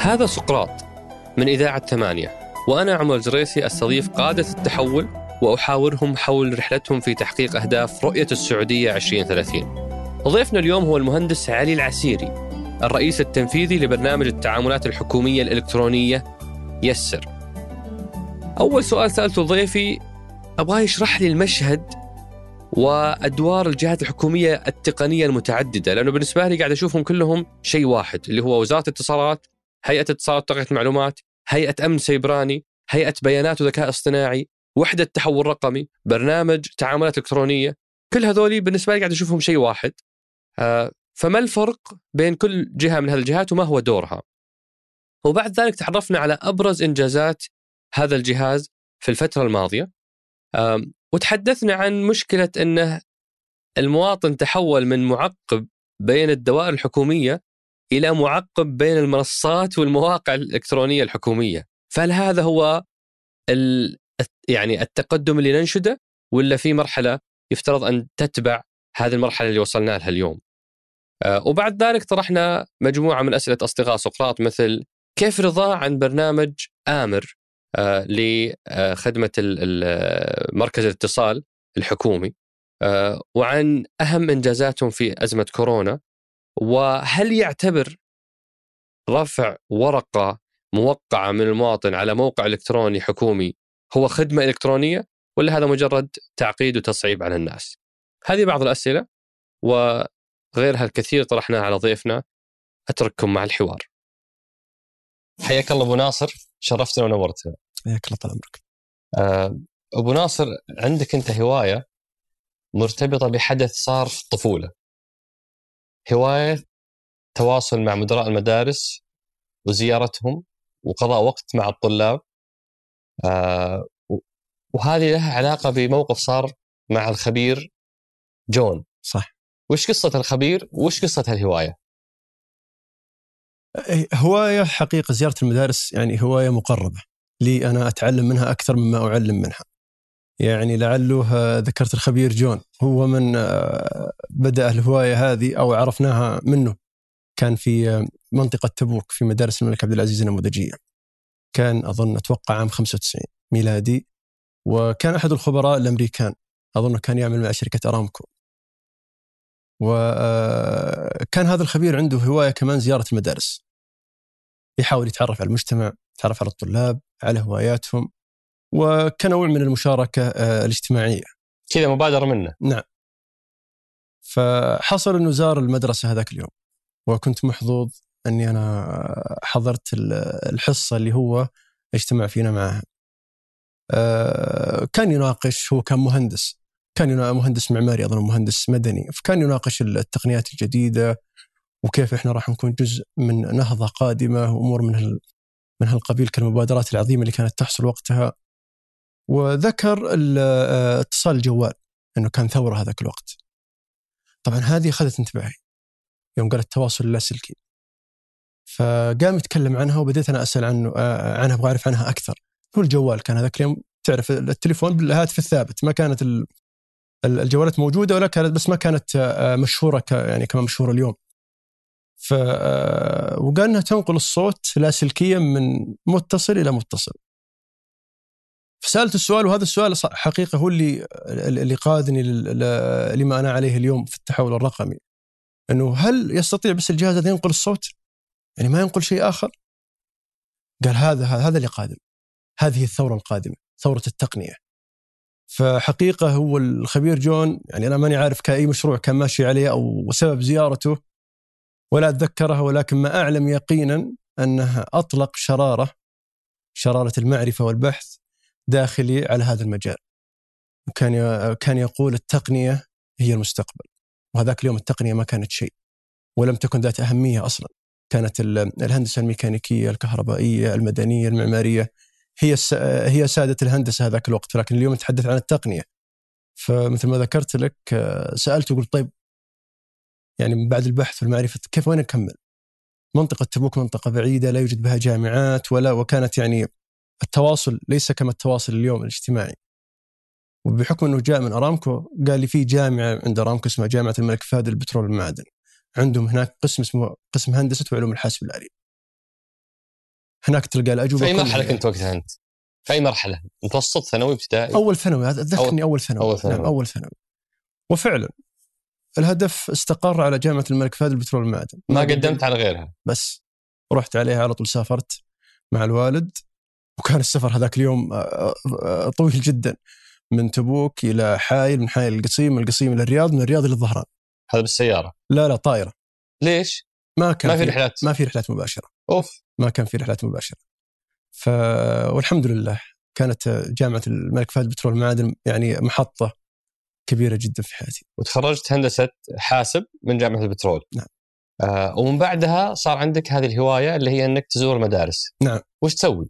هذا سقراط من إذاعة 8، وأنا عمر الجريسي أستضيف قادة التحول وأحاورهم حول رحلتهم في تحقيق أهداف رؤية السعودية 2030. ضيفنا اليوم هو المهندس علي العسيري، الرئيس التنفيذي لبرنامج التعاملات الحكومية الإلكترونية يسر. أول سؤال سألته ضيفي أبغاه يشرح لي المشهد وأدوار الجهات الحكومية التقنية المتعددة، لأنه بالنسبة لي قاعد أشوفهم كلهم شيء واحد، اللي هو وزارة الاتصالات، هيئة اتصالات وتقنية المعلومات، هيئة أمن سيبراني، هيئة بيانات وذكاء اصطناعي، وحدة تحول رقمي، برنامج تعاملات إلكترونية. كل هذولي بالنسبة لي قاعد أشوفهم شيء واحد. فما الفرق بين كل جهة من هذه الجهات وما هو دورها؟ وبعد ذلك تعرفنا على أبرز إنجازات هذا الجهاز في الفترة الماضية، وتحدثنا عن مشكلة أنه المواطن تحول من معقب بين الدوائر الحكومية إلى معقب بين المنصات والمواقع الإلكترونية الحكومية. فهل هذا هو يعني التقدم اللي ننشده، ولا في مرحلة يفترض أن تتبع هذه المرحلة اللي وصلنا لها اليوم؟ وبعد ذلك طرحنا مجموعة من أسئلة أصدقاء سقراط، مثل كيف رضا عن برنامج آمر لخدمة مركز الاتصال الحكومي، وعن أهم إنجازاتهم في أزمة كورونا، وهل يعتبر رفع ورقة موقعة من المواطن على موقع إلكتروني حكومي هو خدمة إلكترونية، ولا هذا مجرد تعقيد وتصعيب على الناس؟ هذه بعض الأسئلة وغيرها الكثير طرحناها على ضيفنا. أترككم مع الحوار. حياك الله أبو ناصر، شرفتنا ونورتنا. حياك الله طال عمرك. أبو ناصر، عندك أنت هواية مرتبطة بحدث صار في الطفولة، هواية تواصل مع مدراء المدارس وزيارتهم وقضاء وقت مع الطلاب، وهذه لها علاقة بموقف صار مع الخبير جون. صح. وش قصة الخبير وش قصة الهواية؟ هواية حقيقة زيارة المدارس، يعني هواية مقربة لي، أنا أتعلم منها أكثر مما أعلم منها. يعني لعله ذكرت الخبير جون، هو من بدأ الهواية هذه أو عرفناها منه. كان في منطقة تبوك في مدارس الملك عبد العزيز النموذجية، كان أظن أتوقع عام 95 ميلادي، وكان أحد الخبراء الأمريكان، أظن كان يعمل مع شركة أرامكو، وكان هذا الخبير عنده هواية كمان زيارة المدارس، يحاول يتعرف على المجتمع، يتعرف على الطلاب، على هواياتهم، وكنوع من المشاركة الاجتماعية كذا مبادرة منه. نعم. فحصل أنه زار المدرسة هذاك اليوم، وكنت محظوظ أني أنا حضرت الحصة اللي هو اجتمع فينا معها. كان يناقش، هو كان مهندس، كان مهندس معماري، أظن مهندس مدني، فكان يناقش التقنيات الجديدة وكيف إحنا راح نكون جزء من نهضة قادمة وأمور من هالقبيل، كالمبادرات العظيمة اللي كانت تحصل وقتها. وذكر اتصال الجوال أنه كان ثورة هذاك الوقت. طبعا هذه أخذت انتباهي يوم قال التواصل اللاسلكي، فقام يتكلم عنها وبديت أنا أسأل عنها، أبغى أعرف عنها أكثر. هو الجوال كان هذاك اليوم، تعرف التليفون بالهاتف الثابت، ما كانت الجوالات موجودة ولا كانت، بس ما كانت مشهورة يعني كما مشهورة اليوم. وقال أنها تنقل الصوت لاسلكيا من متصل إلى متصل. فسألت السؤال، وهذا السؤال حقيقة هو اللي قادني لما أنا عليه اليوم في التحول الرقمي، أنه هل يستطيع بس الجهاز هذا ينقل الصوت، يعني ما ينقل شيء آخر؟ قال هذا اللي قادم، هذه الثورة القادمة، ثورة التقنية. فحقيقة هو الخبير جون، يعني أنا ماني عارف كأي مشروع كان ماشي عليه أو سبب زيارته ولا أتذكرها، ولكن ما أعلم يقينا أنها أطلق شرارة المعرفة والبحث داخلي على هذا المجال. كان يقول التقنية هي المستقبل، وهذاك اليوم التقنية ما كانت شيء ولم تكن ذات أهمية أصلا. كانت الهندسة الميكانيكية، الكهربائية، المدنية، المعمارية هي سادة الهندسة هذاك الوقت، لكن اليوم نتحدث عن التقنية. فمثل ما ذكرت لك، سألته وقلت طيب يعني من بعد البحث والمعرفة كيف وين نكمل؟ منطقة تبوك منطقة بعيدة لا يوجد بها جامعات وكانت يعني التواصل ليس كما التواصل اليوم الاجتماعي. وبحكم أنه جاء من أرامكو، قال لي في جامعة عند أرامكو اسمها جامعة الملك فهد للبترول والمعادن، عندهم هناك قسم اسمه قسم هندسة وعلوم الحاسب الآلي. هناك تلقى الأجوبة. في أي مرحلة كنت وقتها أنت؟ في أي مرحلة؟ متوسط، ثانوي، ابتدائي؟ أول ثانوي، أتذكرني أول ثانوي. نعم أول ثانوي. وفعلا الهدف استقر على جامعة الملك فهد البترول والمعادن. ما قدمت على غيرها، بس رحت عليها على طول. سافرت مع الوالد، وكان السفر هذاك اليوم طويل جدا، من تبوك إلى حائل، من حائل القصيم، من القصيم إلى الرياض، من الرياض إلى الظهران. هذا بالسيارة؟ لا طائرة. ليش؟ ما في رحلات. ما في رحلات مباشرة. ما كان في رحلات مباشرة. والحمد لله كانت جامعة الملك فهد البترول والمعادن يعني محطة كبيرة جدا في حياتي. وتخرجت هندسة حاسب من جامعة البترول. نعم. ومن بعدها صار عندك هذه الهواية اللي هي أنك تزور المدارس. نعم. وش تسوي؟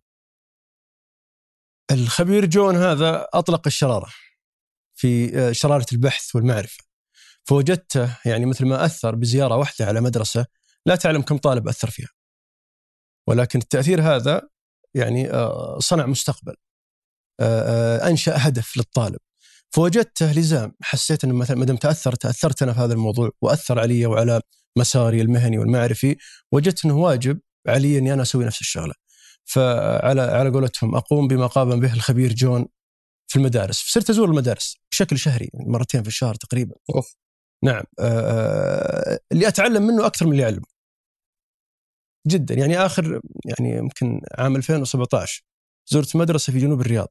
الخبير جون هذا أطلق الشرارة في شرارة البحث والمعرفة، فوجدته يعني مثل ما أثر بزيارة واحدة على مدرسة لا تعلم كم طالب أثر فيها، ولكن التأثير هذا يعني صنع مستقبل، أنشأ هدف للطالب. فوجدته لزام، حسيت أنه مثلا مدام تأثرت أنا في هذا الموضوع وأثر علي وعلى مساري المهني والمعرفي، وجدت أنه واجب علي أني أنا أسوي نفس الشغلة. فعلى قولتهم أقوم بما قام به الخبير جون في المدارس. فصرت أزور المدارس بشكل شهري، مرتين في الشهر تقريبا. نعم. اللي أتعلم منه أكثر من اللي أعلم جدا. يعني آخر يعني يمكن عام 2017 زرت مدرسة في جنوب الرياض.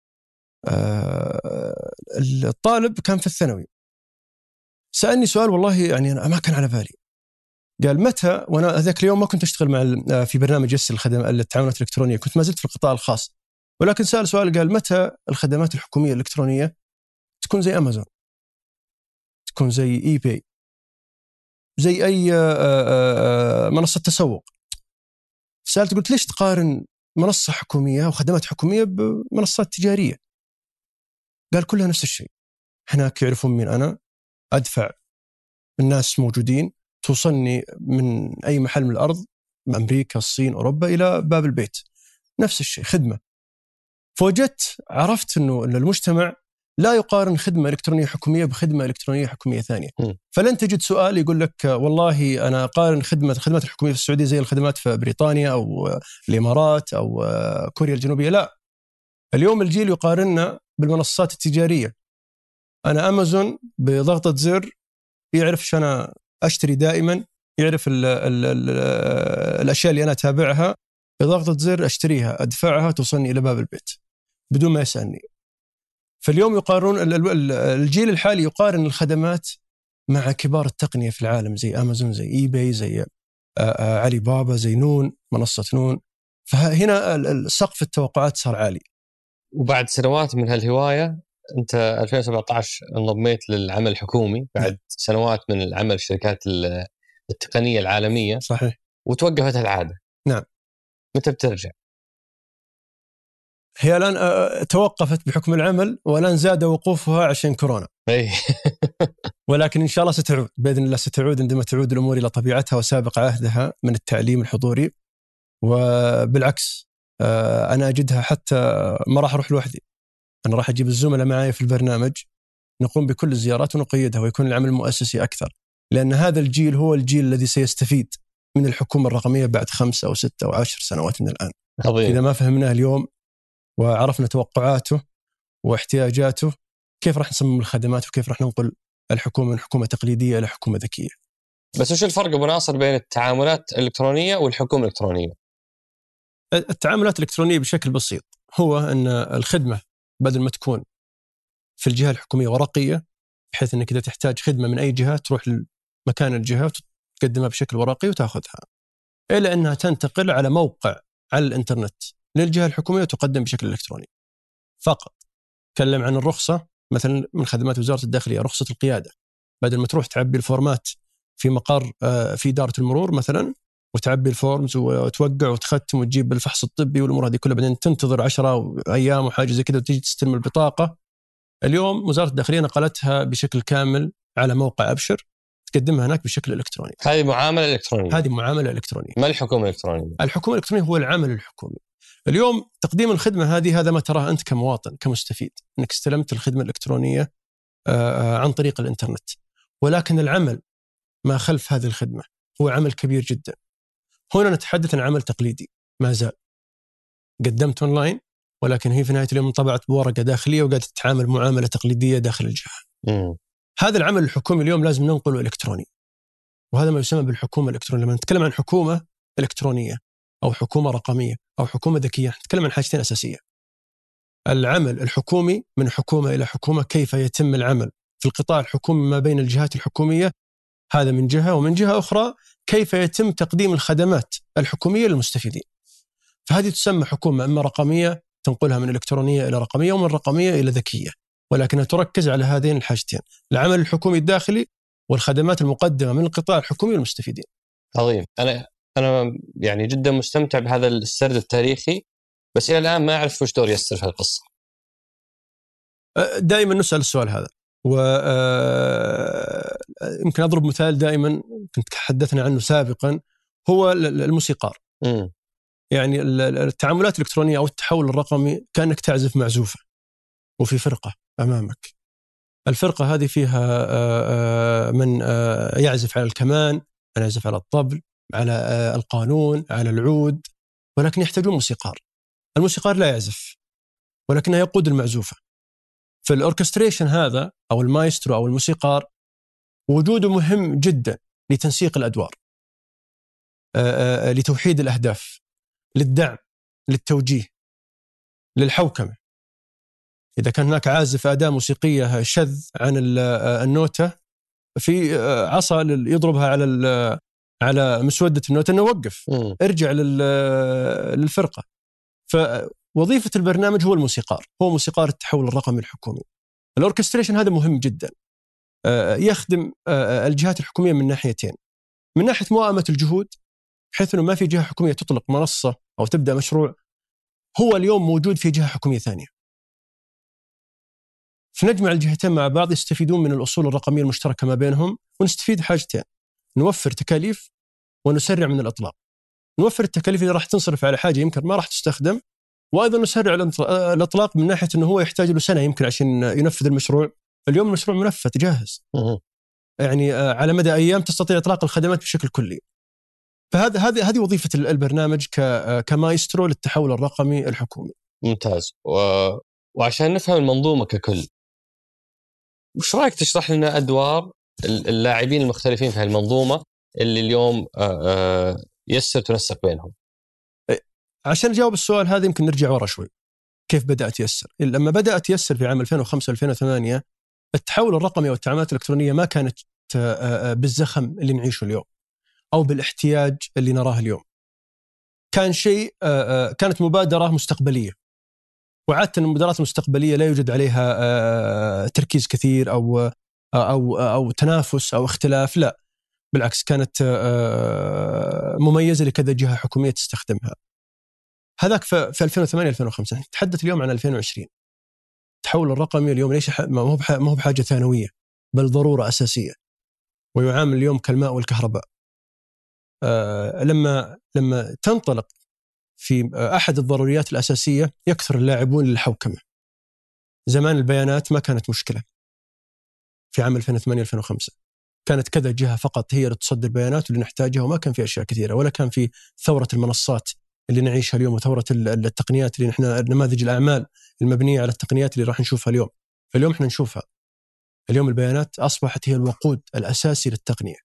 الطالب كان في الثانوي، سألني سؤال والله يعني أنا ما كان على بالي. قال متى، وأنا ذاك اليوم ما كنت أشتغل في برنامج يس التعاونات الإلكترونية، كنت ما زلت في القطاع الخاص، ولكن سأل سؤال قال متى الخدمات الحكومية الإلكترونية تكون زي أمازون، تكون زي إي باي، زي أي منصة تسوق. سألت قلت ليش تقارن منصة حكومية وخدمات حكومية بمنصات تجارية؟ قال كلها نفس الشيء، هناك يعرفون مين أنا، أدفع، الناس موجودين، توصلني من أي محل من الأرض، أمريكا، الصين، أوروبا، إلى باب البيت، نفس الشيء، خدمة. فوجدت عرفت أنه المجتمع لا يقارن خدمة إلكترونية حكومية بخدمة إلكترونية حكومية ثانية. فلن تجد سؤال يقول لك والله أنا أقارن الخدمات الحكومية في السعودية زي الخدمات في بريطانيا أو الإمارات أو كوريا الجنوبية. لا، اليوم الجيل يقارننا بالمنصات التجارية. أنا أمازون بضغطة زر يعرف ايش انا اشتري دائما، يعرف الاشياء اللي انا اتابعها، بضغطة زر اشتريها، ادفعها، توصلني الى باب البيت بدون ما يسالني. فاليوم يقارنون، الجيل الحالي يقارن الخدمات مع كبار التقنية في العالم زي امازون، زي اي باي، زي علي بابا، زي نون، منصة نون. فهنا سقف التوقعات صار عالي. وبعد سنوات من هالهواية أنت 2017 انضميت للعمل الحكومي بعد سنوات من العمل في الشركات التقنية العالمية. صحيح. وتوقفت العادة. نعم. متى بترجع؟ هي الآن توقفت بحكم العمل، والآن زاد وقوفها عشان كورونا. ولكن إن شاء الله ستعود بإذن الله، ستعود عندما تعود الأمور إلى طبيعتها وسابق عهدها من التعليم الحضوري. وبالعكس أنا أجدها حتى ما راح أروح لوحدي، أنا راح أجيب الزملاء معي في البرنامج، نقوم بكل الزيارات ونقيدها، ويكون العمل المؤسسي أكثر، لأن هذا الجيل هو الجيل الذي سيستفيد من الحكومة الرقمية بعد 5 أو 6 أو 10 سنوات من الآن. عظيم. إذا ما فهمناه اليوم وعرفنا توقعاته واحتياجاته، كيف راح نصمم الخدمات وكيف راح ننقل الحكومة من حكومة تقليدية إلى حكومة ذكية. بس وش الفرق أبو ناصر بين التعاملات الإلكترونية والحكومة الإلكترونية؟ التعاملات الإلكترونية بشكل بسيط هو أن الخدمة بدل ما تكون في الجهة الحكومية ورقية، بحيث أنك إذا تحتاج خدمة من أي جهة تروح لمكان الجهة وتقدمها بشكل ورقي وتأخذها، إلى أنها تنتقل على موقع على الإنترنت للجهة الحكومية وتقدم بشكل إلكتروني فقط. تكلم عن الرخصة مثلا من خدمات وزارة الداخلية، رخصة القيادة، بدل ما تروح تعبي الفورمات في مقر في إدارة المرور مثلا وتعبي الفورمز وتوقع وتختم وتجيب الفحص الطبي والأمور هذه كلها، بعدين تنتظر 10 أيام وحاجة زي كذا وتيجي تستلم البطاقة. اليوم وزارة الداخلية نقلتها بشكل كامل على موقع أبشر، تقدمها هناك بشكل إلكتروني. هذه معاملة إلكترونية. هذه معاملة إلكترونية. ما الحكومة الإلكترونية؟ الحكومة الإلكترونية هو العمل الحكومي. اليوم تقديم الخدمة هذا ما تراه أنت كمواطن كمستفيد، أنك استلمت الخدمة الإلكترونية عن طريق الإنترنت، ولكن العمل ما خلف هذه الخدمة هو عمل كبير جدا. هنا نتحدث عن عمل تقليدي ما زال، قدمت أونلاين، ولكن هي في نهاية اليوم انطبعت بورقة داخلية وقاعدة تتعامل معاملة تقليدية داخل الجهة. هذا العمل الحكومي اليوم لازم ننقله إلكتروني، وهذا ما يسمى بالحكومة الإلكترونية. لما نتكلم عن حكومة إلكترونية أو حكومة رقمية أو حكومة ذكية، نتكلم عن حاجتين أساسية. العمل الحكومي من حكومة إلى حكومة، كيف يتم العمل في القطاع الحكومي ما بين الجهات الحكومية، هذا من جهة، ومن جهة أخرى كيف يتم تقديم الخدمات الحكومية للمستفيدين. فهذه تسمى حكومة إما رقمية تنقلها من إلكترونية إلى رقمية، ومن رقمية إلى ذكية، ولكنها تركز على هذين الحاجتين: العمل الحكومي الداخلي والخدمات المقدمة من القطاع الحكومي للمستفيدين. عظيم. أنا يعني جدا مستمتع بهذا السرد التاريخي، بس إلى الآن ما أعرف وش دور يسر في القصة. دائما نسأل السؤال هذا، ويمكن أضرب مثال دائما كنت تحدثنا عنه سابقا، هو الموسيقار. يعني التعاملات الإلكترونية أو التحول الرقمي كأنك تعزف معزوفة وفي فرقة أمامك. الفرقة هذه فيها من يعزف على الكمان، من يعزف على الطبل، على القانون، على العود، ولكن يحتاجون موسيقار. الموسيقار لا يعزف ولكنه يقود المعزوفة. فالأوركستريشن هذا أو المايسترو أو الموسيقار وجوده مهم جدا لتنسيق الأدوار، لتوحيد الأهداف، للدعم، للتوجيه، للحوكمة. إذا كان هناك عازف أداة موسيقية شذ عن النوتة، في عصا يضربها على مسودة النوتة أنه وقف، ارجع للفرقة. فوظيفة البرنامج هو الموسيقار، هو موسيقار التحول الرقمي الحكومي. الأوركستريشن هذا مهم جدا، يخدم الجهات الحكومية من ناحيتين: من ناحية موائمة الجهود، بحيث أنه ما في جهة حكومية تطلق منصة أو تبدأ مشروع هو اليوم موجود في جهة حكومية ثانية، فنجمع الجهتين مع بعض يستفيدون من الأصول الرقمية المشتركة ما بينهم، ونستفيد حاجتين: نوفر تكاليف ونسرع من الإطلاق. نوفر التكاليف اللي راح تنصرف على حاجة يمكن ما راح تستخدم، وأيضا نسرع الإطلاق من ناحية أنه هو يحتاج له سنة يمكن عشان ينفذ المشروع. اليوم المشروع منفذ جاهز، يعني على مدى أيام تستطيع إطلاق الخدمات بشكل كلي. هذه وظيفة البرنامج كمايسترو للتحول الرقمي الحكومي. ممتاز. وعشان نفهم المنظومة ككل، وش رأيك تشرح لنا أدوار اللاعبين المختلفين في المنظومة اللي اليوم يسر تنسق بينهم؟ عشان نجاوب السؤال هذا يمكن نرجع ورا شوي. كيف بدأت يسر؟ لما بدأت يسر في عام 2005-2008، التحول الرقمي والتعاملات الإلكترونية ما كانت بالزخم اللي نعيشه اليوم أو بالاحتياج اللي نراه اليوم. كان شيء كانت مبادرة مستقبلية، وعادة المبادرات المستقبلية لا يوجد عليها تركيز كثير أو تنافس أو اختلاف، لا بالعكس، كانت مميزة لكذا جهة حكومية تستخدمها. هذاك في 2008-2005. نتحدث اليوم عن 2020. التحول الرقمي اليوم ليش ما هو بحاجة ثانوية، بل ضرورة أساسية، ويعامل اليوم كالماء والكهرباء. لما تنطلق في أحد الضروريات الأساسية يكثر اللاعبون للحوكمة. زمان البيانات ما كانت مشكلة. في عام 2008-2005 كانت كذا جهة فقط هي اللي تصدر البيانات اللي نحتاجها، وما كان في أشياء كثيرة، ولا كان في ثورة المنصات اللي نعيشها اليوم، وثورة التقنيات اللي نحن نماذج الأعمال المبنية على التقنيات اللي راح نشوفها اليوم. فاليوم احنا نشوفها. اليوم البيانات أصبحت هي الوقود الأساسي للتقنية.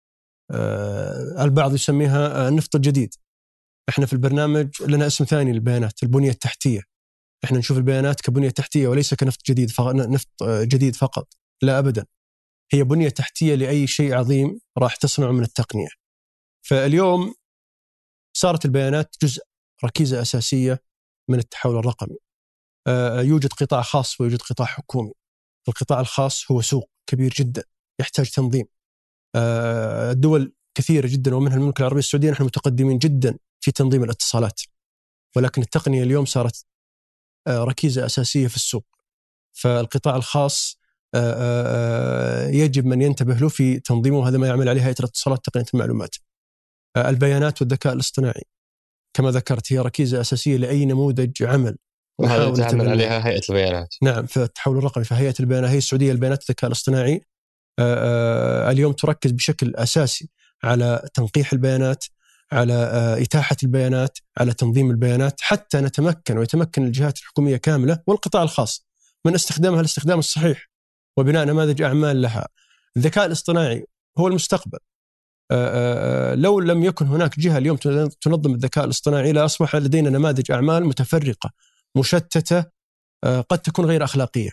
البعض يسميها النفط الجديد. احنا في البرنامج لنا اسم ثاني للبيانات: البنية التحتية. احنا نشوف البيانات كبنية تحتية وليس كنفط جديد، نفط جديد فقط، لا أبدا، هي بنية تحتية لأي شيء عظيم راح تصنعه من التقنية. فاليوم صارت البيانات جزء، ركيزة أساسية من التحول الرقمي. يوجد قطاع خاص ويوجد قطاع حكومي. القطاع الخاص هو سوق كبير جدا يحتاج تنظيم. الدول كثيرة جدا ومنها المملكة العربية السعودية نحن متقدمين جدا في تنظيم الاتصالات، ولكن التقنية اليوم صارت ركيزة أساسية في السوق. فالقطاع الخاص يجب من ينتبه له في تنظيمه، هذا ما يعمل عليه هيئة الاتصالات تقنية المعلومات. البيانات والذكاء الاصطناعي كما ذكرت هي ركيزة أساسية لأي نموذج عمل، وهذا تعمل عليها هيئة البيانات. نعم، في التحول الرقمي فهيئة البيانات، هي السعودية البيانات والذكاء الاصطناعي اليوم تركز بشكل أساسي على تنقيح البيانات، على إتاحة البيانات، على تنظيم البيانات، حتى نتمكن ويتمكن الجهات الحكومية كاملة والقطاع الخاص من استخدامها الاستخدام الصحيح وبناء نماذج أعمال لها. الذكاء الاصطناعي هو المستقبل. لو لم يكن هناك جهة اليوم تنظم الذكاء الاصطناعي لأصبح لدينا نماذج أعمال متفرقة مشتتة قد تكون غير أخلاقية.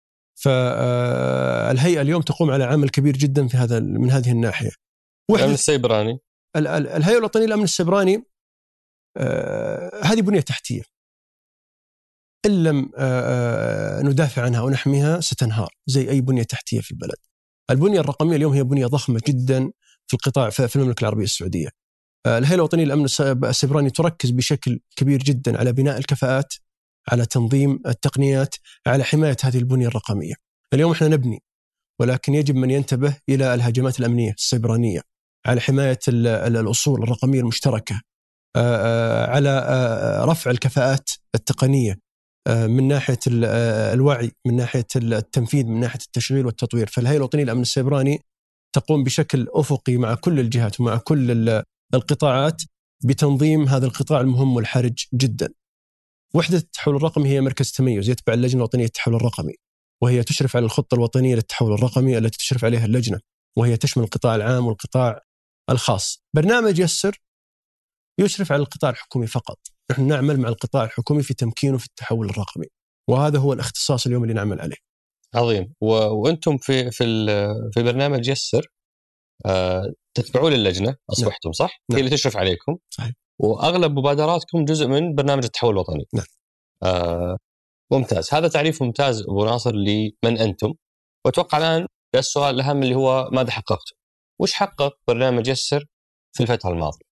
فالهيئة اليوم تقوم على عمل كبير جدا في هذا من هذه الناحية. الأمن السيبراني، الهيئة الوطنية للأمن السيبراني هذه بنية تحتية إن لم ندافع عنها ونحميها ستنهار زي أي بنية تحتية في البلد. البنية الرقمية اليوم هي بنية ضخمة جدا في القطاع في المملكة العربية السعودية. الهيئة الوطنية للأمن السيبراني تركز بشكل كبير جدا على بناء الكفاءات، على تنظيم التقنيات، على حماية هذه البنية الرقمية. اليوم احنا نبني، ولكن يجب من ينتبه إلى الهجمات الأمنية السيبرانية، على حماية الأصول الرقمية المشتركة، على رفع الكفاءات التقنية من ناحية الوعي، من ناحية التنفيذ، من ناحية التشغيل والتطوير. فالهيئة الوطنية للأمن السيبراني تقوم بشكل أفقي مع كل الجهات ومع كل القطاعات بتنظيم هذا القطاع المهم والحرج جدا. وحدة التحول الرقمي هي مركز تميز يتبع اللجنة الوطنية للتحول الرقمي، وهي تشرف على الخطة الوطنية للتحول الرقمي التي تشرف عليها اللجنة، وهي تشمل القطاع العام والقطاع الخاص. برنامج يسر يشرف على القطاع الحكومي فقط. نحن نعمل مع القطاع الحكومي في تمكينه في التحول الرقمي، وهذا هو الاختصاص اليوم اللي نعمل عليه. عظيم. وأنتم في برنامج يسر تتبعون اللجنة أصبحتم، صح؟ نعم. هي اللي تشرف عليكم. صحيح. وأغلب مبادراتكم جزء من برنامج التحول الوطني. نعم. ممتاز. هذا تعريف ممتاز أبو ناصر لمن أنتم. وأتوقع الآن السؤال الأهم اللي هو ماذا حققتم؟ وش حقق برنامج يسر في الفترة الماضية؟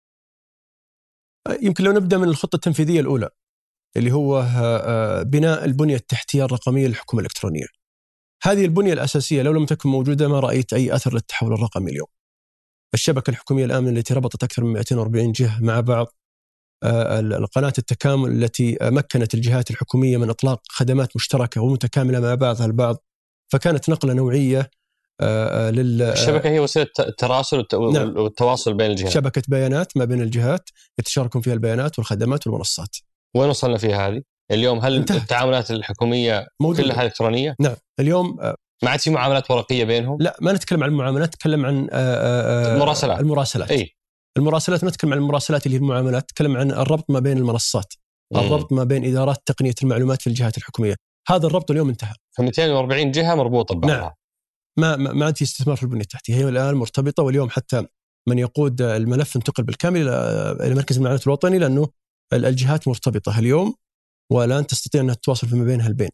يمكن لو نبدأ من الخطة التنفيذية الأولى اللي هو بناء البنية التحتية الرقمية للحكومة الإلكترونية. هذه البنية الأساسية لو لم تكن موجودة ما رأيت أي أثر للتحول الرقمي اليوم. الشبكة الحكومية الآمنة التي ربطت أكثر من 240 جهة مع بعض، القناة التكامل التي مكنت الجهات الحكومية من إطلاق خدمات مشتركة ومتكاملة مع بعضها البعض، فكانت نقلة نوعية الشبكة هي وسيلة التراسل والتواصل بين الجهات، شبكة بيانات ما بين الجهات يتشاركون فيها البيانات والخدمات والمنصات. وين وصلنا فيها هذه؟ اليوم هل التعاملات الحكومية موجودة كلها إلكترونية؟ نعم. اليوم ما عاد في معاملات ورقية بينهم؟ لا، ما نتكلم عن المعاملات، نتكلم عن المراسلات. أي. المراسلات نتكلم عن المراسلات اللي هي المعاملات، نتكلم عن الربط ما بين المنصات، الربط ما بين إدارات تقنية المعلومات في الجهات الحكومية. هذا الربط اليوم انتهى. ف 240 جهة مربوطة ببعضها. نعم. ما عاد في استثمار في البنية التحتية، هي الآن مرتبطة. واليوم حتى من يقود الملف انتقل بالكامل إلى مركز المعلومات الوطني، لأنه الجهات مرتبطة اليوم والآن تستطيع أن تتواصل فيما بينها البين.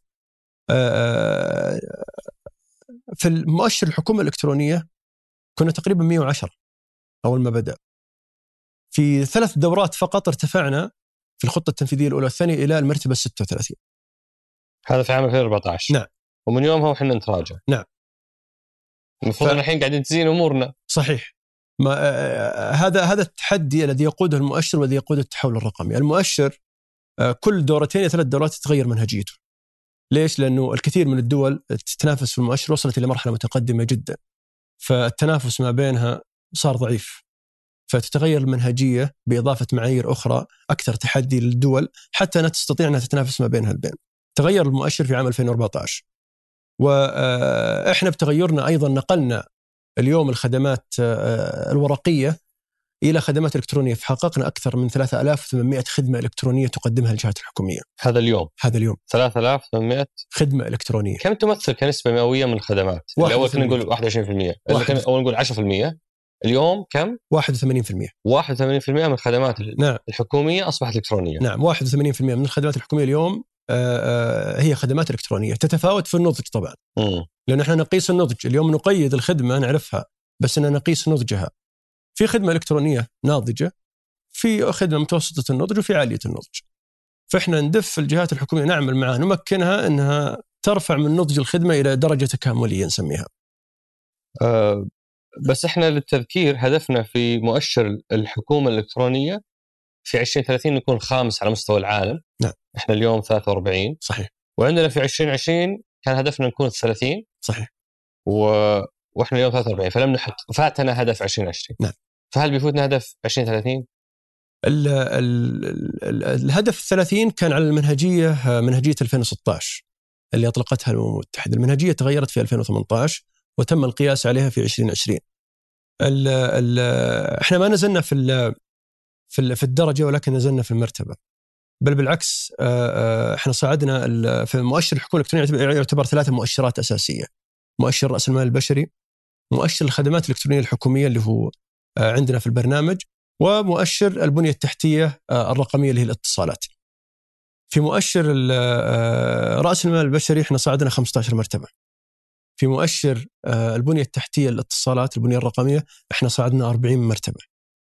في المؤشر الحكومة الإلكترونية كنا تقريبا 110 أول ما بدأ. في 3 دورات فقط ارتفعنا في الخطة التنفيذية الأولى والثانية إلى المرتبة 36. هذا في عام 2014. نعم. ومن يومها وحنا نتراجع. نعم. المفروض الحين قاعدين تزين أمورنا. صحيح. هذا التحدي الذي يقوده المؤشر والذي يقود التحول الرقمي. المؤشر كل دورتين 3 دورات تتغير منهجيته. ليش؟ لأنه الكثير من الدول تتنافس في المؤشر وصلت إلى مرحلة متقدمة جدا، فالتنافس ما بينها صار ضعيف، فتتغير المنهجية بإضافة معايير أخرى أكثر تحدي للدول حتى أنها تستطيع أنها تتنافس ما بينها البين. تغير المؤشر في عام 2014، وإحنا بتغيرنا أيضا نقلنا اليوم الخدمات الورقية إلى خدمات إلكترونية، فحققنا أكثر من 3800 خدمة إلكترونية تقدمها الجهات الحكومية. هذا اليوم 3800 خدمة إلكترونية. كم تمثل كنسبة مئوية من الخدمات؟ الأول كنا نقول 21%، أول نقول 10%، اليوم كم؟ 81%. 81% من الخدمات الحكومية أصبحت إلكترونية. نعم، 81% من الخدمات الحكومية اليوم هي خدمات إلكترونية. تتفاوت في النضج طبعا، لأن احنا نقيس النضج اليوم، نقيد الخدمة نعرفها، بس أننا نقيس نضجها. في خدمة إلكترونية ناضجة، في خدمة متوسطة النضج، وفي عالية النضج. فإحنا ندف الجهات الحكومية نعمل معها نمكنها أنها ترفع من نضج الخدمة إلى درجة تكاملية نسميها. بس إحنا للتذكير هدفنا في مؤشر الحكومة الإلكترونية في 2030 نكون خامس على مستوى العالم. نعم. إحنا اليوم 43. صحيح. وعندنا في 2020 كان هدفنا نكون 30. صحيح. وإحنا اليوم 43، فلم نحط، فاتنا هدف 2020. نعم. فهل بيفوتنا هدف 2030؟ الهدف 30 كان على منهجية 2016 اللي أطلقتها الأمم المتحدة. المنهجية تغيرت في 2018 وتم القياس عليها في 2020. احنا ما نزلنا في الدرجة، ولكن نزلنا في المرتبة. بل بالعكس، احنا صعدنا في مؤشر الحكومة الإلكترونية. يعتبر 3 مؤشرات أساسية: مؤشر رأس المال البشري، مؤشر الخدمات الإلكترونية الحكومية اللي هو عندنا في البرنامج، ومؤشر البنية التحتية الرقمية اللي هي الاتصالات. في مؤشر رأس المال البشري احنا صعدنا 15 مرتبة. في مؤشر البنية التحتية الاتصالات البنية الرقمية احنا صعدنا 40 مرتبة.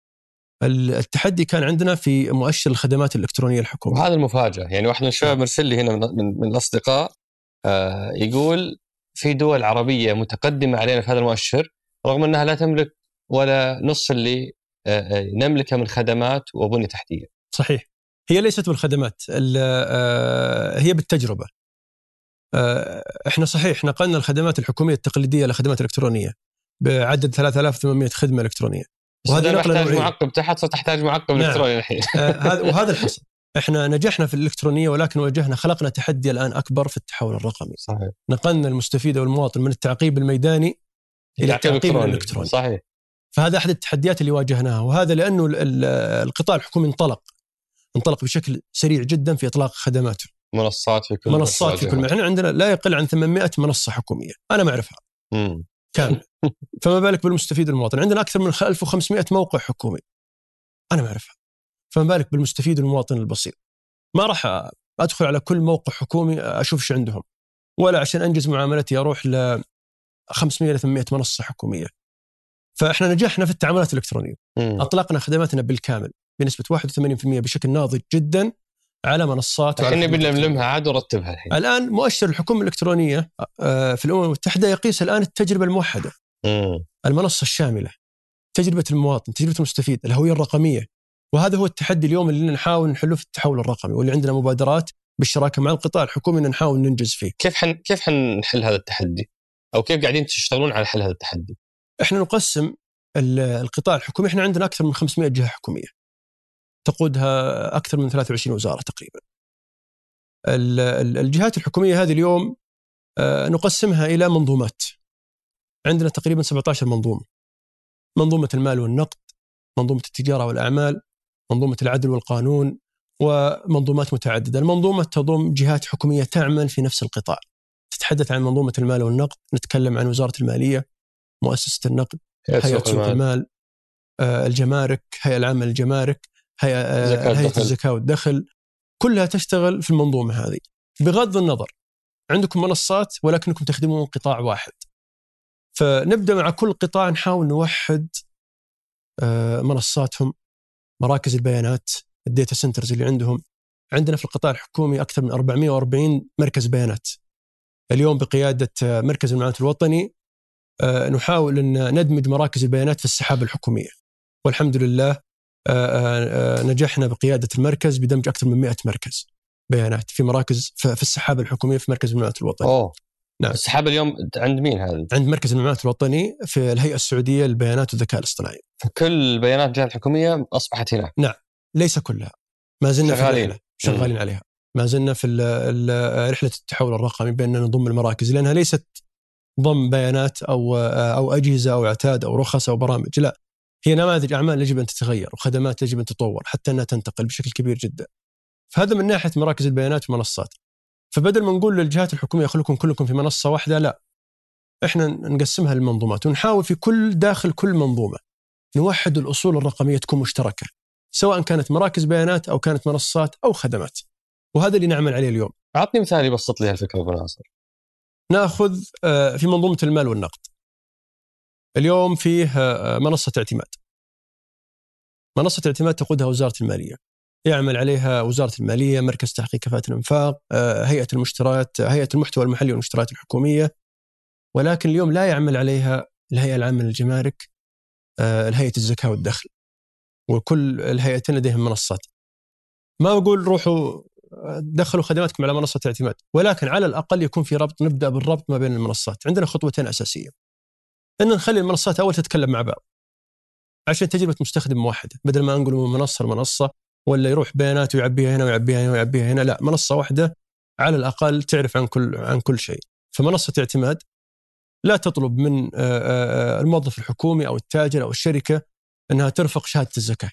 التحدي كان عندنا في مؤشر الخدمات الإلكترونية الحكومية. وهذا المفاجأة. يعني واحد من الشباب مرسل لي هنا من الأصدقاء، يقول في دول عربية متقدمة علينا في هذا المؤشر رغم أنها لا تملك ولا نص اللي نملكها من خدمات وبنية تحتية. صحيح، هي ليست بالخدمات، هي بالتجربة. احنا صحيح نقلنا الخدمات الحكومية التقليدية لخدمات إلكترونية بعدد 3800 خدمة إلكترونية، وهذه نقلة نوعية. معقب تحت فتحتاج معقب إلكتروني الحين. وهذا الحصل. احنا نجحنا في الإلكترونية، ولكن خلقنا تحدي الآن أكبر في التحول الرقمي. صحيح. نقلنا المستفيد والمواطن من التعقيب الميداني إلى التعقيب الإلكتروني. صحيح. فهذا أحد التحديات اللي واجهناها، وهذا لأنه القطاع الحكومي انطلق بشكل سريع جدا في إطلاق خدماته. منصات في كل مكان. احنا عندنا لا يقل عن 800 منصة حكومية أنا ما أعرفها كامل. فما بالك بالمستفيد المواطن؟ عندنا أكثر من 1500 موقع حكومي أنا ما أعرفها، فما بالك بالمستفيد المواطن البسيط؟ ما راح أدخل على كل موقع حكومي أشوف شو عندهم، ولا عشان أنجز معاملتي أروح ل 500 ل 800 منصة حكومية. فإحنا نجحنا في التعاملات الإلكترونية. أطلقنا خدماتنا بالكامل بنسبة 81% بشكل ناضج جدا على منصات. احنا بنلملمها عاد ورتبها الحين. الآن مؤشر الحكومة الإلكترونية في الأمم المتحدة يقيس الآن التجربة الموحدة، المنصة الشاملة، تجربة المواطن، تجربة المستفيد، الهوية الرقمية. وهذا هو التحدي اليوم اللي نحاول نحله في التحول الرقمي، واللي عندنا مبادرات بالشراكة مع القطاع الحكومي إن نحاول ننجز فيه. كيف حنحل هذا التحدي، أو كيف قاعدين تشتغلون على حل هذا التحدي؟ إحنا نقسم القطاع الحكومي. إحنا عندنا أكثر من 500 جهة حكومية تقودها أكثر من 23 وزارة تقريبا. الجهات الحكومية هذه اليوم نقسمها إلى منظومات. عندنا تقريبا 17 منظومة: منظومة المال والنقد، منظومة التجارة والأعمال، منظومة العدل والقانون، ومنظومات متعددة. المنظومة تضم جهات حكومية تعمل في نفس القطاع. تتحدث عن منظومة المال والنقد، نتكلم عن وزارة المالية، مؤسسة النقد، هيئة سوق المال، الجمارك، هيئة العامة للجمارك، هيئة الزكاة والدخل، كلها تشتغل في المنظومة هذه. بغض النظر عندكم منصات ولكنكم تخدمون قطاع واحد، فنبدأ مع كل قطاع نحاول نوحد منصاتهم، مراكز البيانات، الديتا سنترز اللي عندهم. عندنا في القطاع الحكومي أكثر من 440 مركز بيانات اليوم بقيادة مركز المعلومات الوطني. نحاول أن ندمج مراكز البيانات في السحابة الحكومية، والحمد لله نجحنا بقيادة المركز بدمج أكثر من 100 مركز بيانات في مراكز في السحابة الحكومية في مركز المعلومات الوطني. نعم. السحابة اليوم عند مين هذا؟ عند مركز المعلومات الوطني في الهيئة السعودية للبيانات والذكاء الاصطناعي. فكل البيانات الجهات الحكومية أصبحت هناك؟ نعم، ليس كلها، ما زلنا في الرحلة شغالين عليها، ما زلنا في رحلة التحول الرقمي بأننا نضم المراكز، لأنها ليست ضم بيانات أو أجهزة أو اعتاد أو رخص أو برامج، لا، هي نماذج أعمال يجب أن تتغير وخدمات يجب أن تطور حتى أنها تنتقل بشكل كبير جدا. فهذا من ناحية مراكز البيانات والمنصات. فبدل ما نقول للجهات الحكومية خلكم كلكم في منصة واحدة، لا، إحنا نقسمها للمنظومات ونحاول في داخل كل منظومة نوحد الأصول الرقمية تكون مشتركة، سواء كانت مراكز بيانات أو كانت منصات أو خدمات، وهذا اللي نعمل عليه اليوم. أعطني مثال يبسط لي هالفكرة أبو ناصر. نأخذ في منظومة المال والنقد، اليوم فيه منصة اعتماد. منصة اعتماد تقودها وزارة المالية، يعمل عليها وزارة المالية، مركز تحقيق كفاءة الإنفاق، هيئة المشتريات، هيئة المحتوى المحلي والمشتريات الحكومية. ولكن اليوم لا يعمل عليها الهيئة العامة للجمارك، الهيئة الزكاة والدخل، وكل الهيئتين لديهم منصات. ما أقول روحوا دخلوا خدماتكم على منصة اعتماد، ولكن على الأقل يكون في ربط، نبدأ بالربط ما بين المنصات. عندنا خطوتين أساسية: أن نخلي المنصات أول تتكلم مع بعض عشان تجربة مستخدم موحدة، بدل ما نقول من منصة لمنصة ولا يروح بيانات ويعبيها هنا ويعبيها هنا ويعبيها هنا، لا، منصة واحدة على الأقل تعرف عن كل شيء. فمنصة اعتماد لا تطلب من الموظف الحكومي أو التاجر أو الشركة أنها ترفق شهادة الزكاة،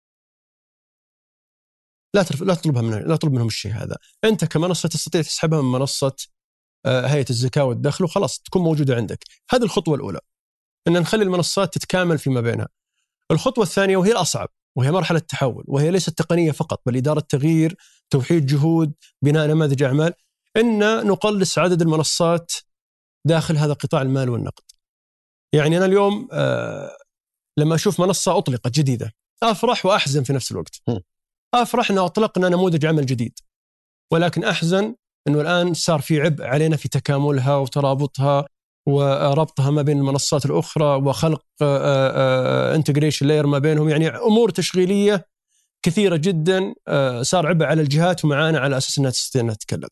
لا تطلبها منها، لا تطلب منهم الشيء هذا. أنت كمنصة تستطيع تسحبها من منصة هيئة الزكاة والدخل وخلاص تكون موجودة عندك. هذه الخطوة الأولى، أن نخلي المنصات تتكامل فيما بينها. الخطوة الثانية وهي الأصعب، وهي مرحلة تحول، وهي ليست تقنية فقط بل إدارة تغيير، توحيد جهود، بناء نماذج أعمال، إن نقلص عدد المنصات داخل هذا قطاع المال والنقد. يعني أنا اليوم لما أشوف منصة أطلقت جديدة أفرح وأحزن في نفس الوقت. أفرح أنه أطلقنا نموذج عمل جديد، ولكن أحزن أنه الآن صار في عبء علينا في تكاملها وترابطها وربطها ما بين المنصات الأخرى وخلق انتجريشن لاير ما بينهم. يعني أمور تشغيلية كثيرة جدا صار عبء على الجهات ومعانا على أساس أنها تستطيع أنها تتكلم.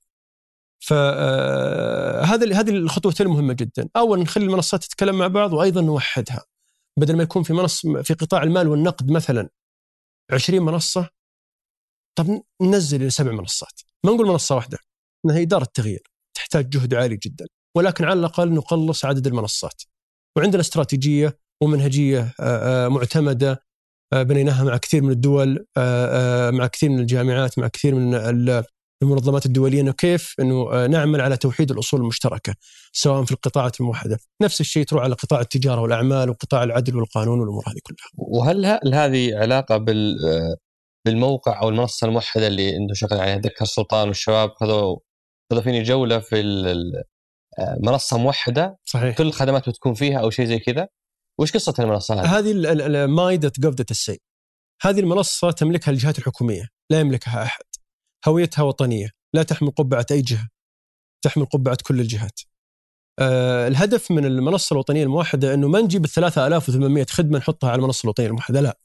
فهذه الخطوتين مهمة جدا. أولا نخلي المنصات تتكلم مع بعض، وأيضا نوحدها. بدل ما يكون في منصة في قطاع المال والنقد مثلا 20 منصة، طب ننزل إلى 7 منصات، ما نقول منصة واحدة، إنها إدارة تغيير تحتاج جهد عالي جدا، ولكن على الأقل نقلص عدد المنصات. وعندنا استراتيجية ومنهجية معتمدة بنيناها مع كثير من الدول، مع كثير من الجامعات، مع كثير من المنظمات الدولية، إنه كيف إنه نعمل على توحيد الأصول المشتركة سواء في القطاعات الموحدة. نفس الشيء تروح على قطاع التجارة والأعمال وقطاع العدل والقانون والأمور هذه كلها. وهل هذه علاقة بالموقع أو المنصة الموحدة اللي أنتم شغالين عليها؟ ذكر سلطان والشباب خذوا فيني جولة في منصة موحدة، صحيح، كل الخدمات بتكون فيها أو شيء زي كذا. وش قصة المنصة هذه؟ my.gov.sa هذه المنصة تملكها الجهات الحكومية، لا يملكها أحد. هويتها وطنية، لا تحمل قبعة أي جهة، تحمل قبعة كل الجهات. الهدف من المنصة الوطنية الموحدة أنه ما نجيب 3800 خدمة نحطها على المنصة الوطنية الموحدة، لا،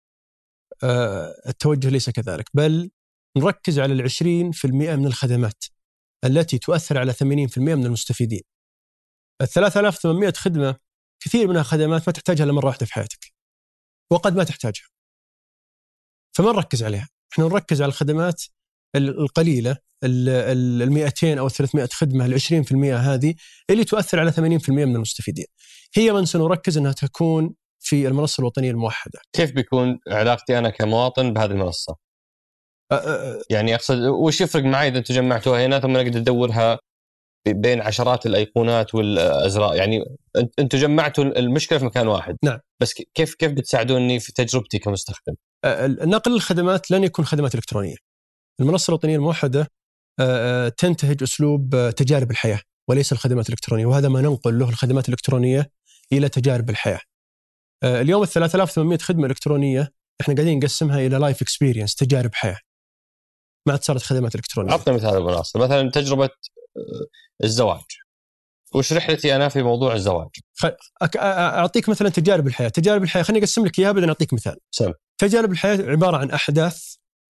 التوجه ليس كذلك، بل نركز على 20% من الخدمات التي تؤثر على 80% من المستفيدين. 3800 خدمة كثير منها خدمات ما تحتاجها لمرة واحدة في حياتك، وقد ما تحتاجها، فما نركز عليها. احنا نركز على الخدمات القليلة، 200 أو 300 خدمة، 20% هذه اللي تؤثر على 80% من المستفيدين، هي من سنركز أنها تكون في المنصة الوطنية الموحدة. كيف بيكون علاقتي أنا كمواطن بهذه المنصة؟ يعني أقصد وش يفرق معي إذا أنتم جمعتوها هنا ثم أقدر أدورها بين عشرات الأيقونات والأزرار؟ يعني أنتم جمعتوا المشكلة في مكان واحد. نعم. بس كيف بتساعدوني في تجربتي كمستخدم؟ نقل الخدمات لن يكون خدمات إلكترونية. المنصة الوطنية الموحدة تنتهج أسلوب تجارب الحياة وليس الخدمات الإلكترونية، وهذا ما ننقل له الخدمات الإلكترونية إلى تجارب الحياة. اليوم 3800 خدمة إلكترونية احنا قاعدين نقسمها إلى لايف اكسبيرينس، تجارب حياة، ما عاد صارت خدمات إلكترونية. أعطني مثال بالمنصة، مثلا تجربة الزواج، وش رحلتي أنا في موضوع الزواج؟ أعطيك مثلا تجارب الحياة. تجارب الحياة خليني أقسم لك إياها بدنا أعطيك مثال. تجارب الحياة عبارة عن أحداث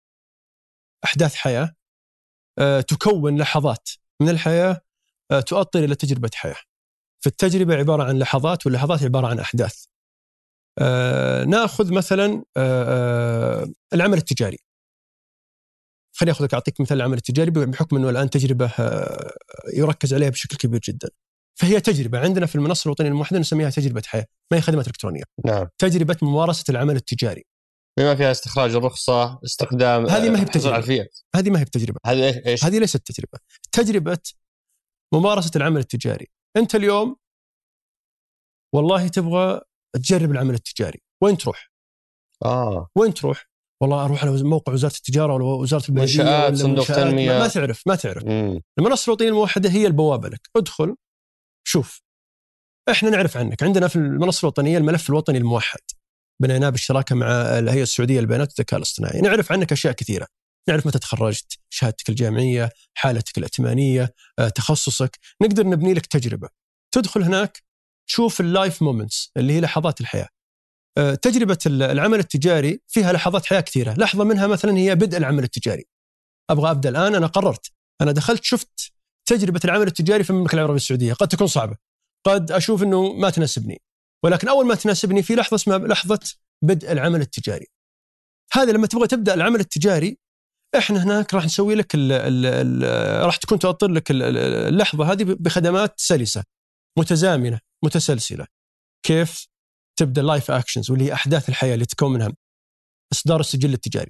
حياة تكون لحظات من الحياة تؤطر إلى تجربة حياة. فالتجربة عبارة عن لحظات، واللحظات عبارة عن أحداث. نأخذ مثلا العمل التجاري. خليني أعطيك مثال العمل التجاري بحكم أنه الآن تجربة يركز عليها بشكل كبير جدا. فهي تجربة عندنا في المنصة الوطنية الموحدة نسميها تجربة حياة، ما هي خدمات إلكترونية. نعم. تجربة ممارسة العمل التجاري بما فيها استخراج الرخصة، استخدام، هذه ما هي بتجربة. هذه ما هي بتجربة. هذه ليست تجربة. تجربة ممارسة العمل التجاري. أنت اليوم والله تبغى تجرب العمل التجاري، وين تروح؟ وين تروح؟ والله أروح على موقع وزارة التجارة ولا وزارة المالية ولا صندوق تنمية. ما تعرف. المنصة الوطنية الموحدة هي البوابة لك. ادخل شوف، احنا نعرف عنك. عندنا في المنصة الوطنية الملف الوطني الموحد بنيناه بالشراكة مع الهيئة السعودية للبيانات والذكاء الاصطناعي. نعرف عنك أشياء كثيرة، نعرف متى تخرجت، شهادتك الجامعية، حالتك الائتمانية، تخصصك. نقدر نبني لك تجربة. تدخل هناك تشوف اللايف مومنتس اللي هي لحظات الحياة. تجربة العمل التجاري فيها لحظات حياة كثيرة. لحظة منها مثلا هي بدء العمل التجاري. أبغى أبدأ الآن، أنا قررت، أنا دخلت شفت تجربة العمل التجاري في المملكة العربية السعودية. قد تكون صعبة، قد أشوف أنه ما تناسبني، ولكن أول ما تناسبني في لحظة اسمها لحظة بدء العمل التجاري. هذا لما تبغى تبدأ العمل التجاري، احنا هناك راح نسوي لك راح تكون توفر لك اللحظة هذه بخدمات سلسة متزامنة متسلسلة. كيف تبدأ لايف اكشنز، واللي هي أحداث الحياة اللي تكون منها إصدار السجل التجاري،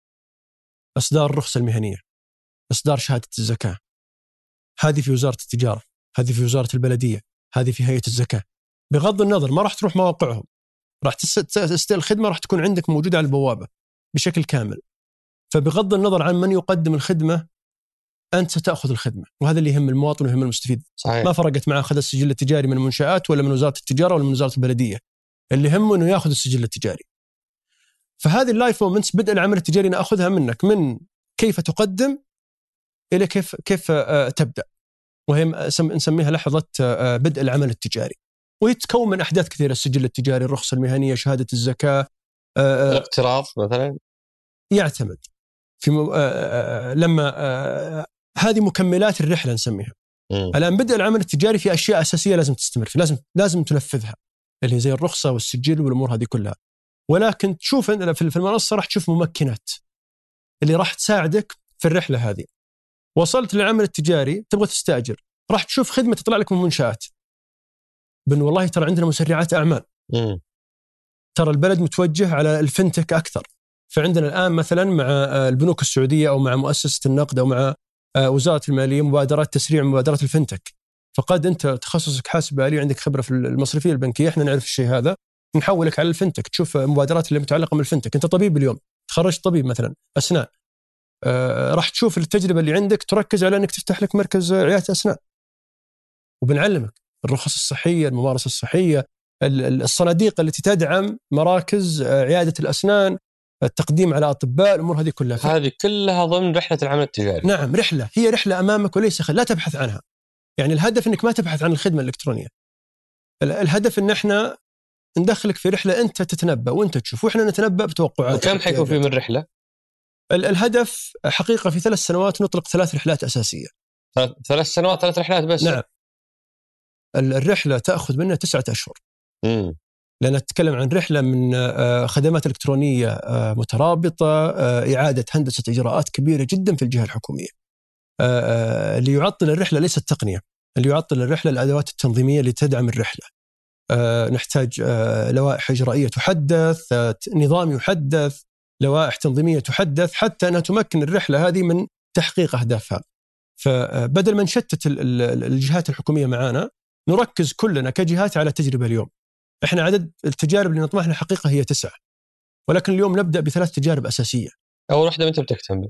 إصدار الرخصة المهنية، إصدار شهادة الزكاة، هذه في وزارة التجارة، هذه في وزارة البلدية، هذه في هيئة الزكاة. بغض النظر ما راح تروح مواقعهم، راح تستلم الخدمة راح تكون عندك موجودة على البوابة بشكل كامل. فبغض النظر عن من يقدم الخدمة أنت ستأخذ الخدمة، وهذا اللي يهم المواطن ويهم المستفيد. صحيح. ما فرقت معه أخذ السجل التجاري من المنشآت ولا من وزارة التجارة ولا من وزارة البلدية، اللي يهمه أنه يأخذ السجل التجاري. فهذه اللايف مومنتس بدء العمل التجاري نأخذها منك من كيف تقدم إلى كيف تبدأ، وهي نسميها لحظة بدء العمل التجاري، وهي تتكون من أحداث كثيرة: السجل التجاري، الرخصة المهنية، شهادة الزكاة، الاقتراض مثلا. يعتمد في لما هذه مكملات الرحلة نسميها. الآن بدء العمل التجاري في أشياء أساسية لازم تستمر في، لازم تنفذها، اللي هي زي الرخصة والسجل والأمور هذه كلها. ولكن تشوف في المنصة راح تشوف ممكنات اللي راح تساعدك في الرحلة هذه. وصلت للعمل التجاري تبغى تستأجر، راح تشوف خدمة تطلع لك من منشآت، والله ترى عندنا مسرعات أعمال، ترى البلد متوجه على الفنتك أكثر. فعندنا الآن مثلا مع البنوك السعودية أو مع مؤسسة النقد أو مع وزارة المالية مبادرات تسريع مبادرات الفنتك. فقد أنت تخصصك حاسب آلي، عندك خبرة في المصرفية البنكية، إحنا نعرف الشيء هذا، نحولك على الفنتك، تشوف مبادرات اللي متعلقة بالفنتك. أنت طبيب اليوم، تخرجت طبيب مثلا أسنان، راح تشوف التجربة اللي عندك تركز على أنك تفتح لك مركز عيادة أسنان، وبنعلمك الرخص الصحية، الممارسة الصحية، الصناديق التي تدعم مراكز عيادة الأسنان، التقديم على أطباء، الأمور هذه كلها. هذه كلها ضمن رحلة العمل التجاري. نعم، هي رحلة أمامك وليس لا تبحث عنها. يعني الهدف أنك ما تبحث عن الخدمة الإلكترونية، الهدف أن احنا ندخلك في رحلة أنت تتنبأ وأنت تشوف، وإحنا نتنبأ بتوقعات. وكم حيكون في من رحلة؟ الهدف حقيقة في 3 سنوات نطلق 3 رحلات أساسية. 3 سنوات 3 رحلات بس؟ نعم. الرحلة تأخذ منها 9 أشهر. لأن نتكلم عن رحلة من خدمات إلكترونية مترابطة، إعادة هندسة إجراءات كبيرة جدا في الجهة الحكومية. اللي يعطل الرحلة ليس التقنية، اللي يعطل الرحلة الأدوات التنظيمية اللي تدعم الرحلة. نحتاج لوائح إجرائية تحدث، نظام يحدث، لوائح تنظيمية تحدث، حتى أنها تمكن الرحلة هذه من تحقيق أهدافها. فبدل ما نشتت الجهات الحكومية معانا، نركز كلنا كجهات على تجربة. اليوم إحنا عدد التجارب اللي نطمح لها حقيقة هي 9، ولكن اليوم نبدأ ب3 تجارب أساسية. أول واحدة متى بتكتمل؟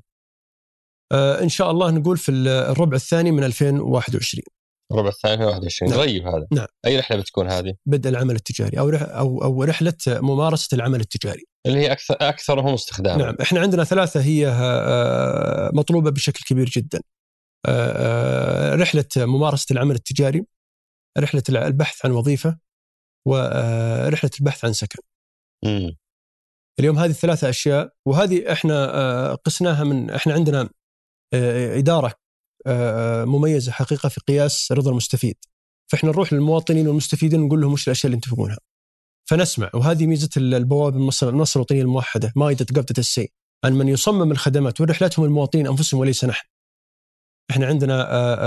إن شاء الله نقول في الربع الثاني من 2021. الربع الثاني 2021. نعم. قريب هذا. نعم. أي رحلة بتكون هذه؟ بدء العمل التجاري أو رحلة ممارسة العمل التجاري اللي هي أكثرهم استخداما. نعم. إحنا عندنا 3 هي مطلوبة بشكل كبير جدا: رحلة ممارسة العمل التجاري، رحلة البحث عن وظيفة، ورحلة البحث عن سكن. اليوم هذه 3 أشياء، وهذه إحنا قسناها إحنا عندنا إدارة مميزة حقيقة في قياس رضا المستفيد. فإحنا نروح للمواطنين والمستفيدين ونقول لهم وش الأشياء اللي انتم تبغونها، فنسمع. وهذه ميزة البوابة المنصة الوطنية الموحدة، مائدة قبضة السي، عن من يصمم الخدمات والرحلات هم المواطنين أنفسهم وليس نحن. إحنا عندنا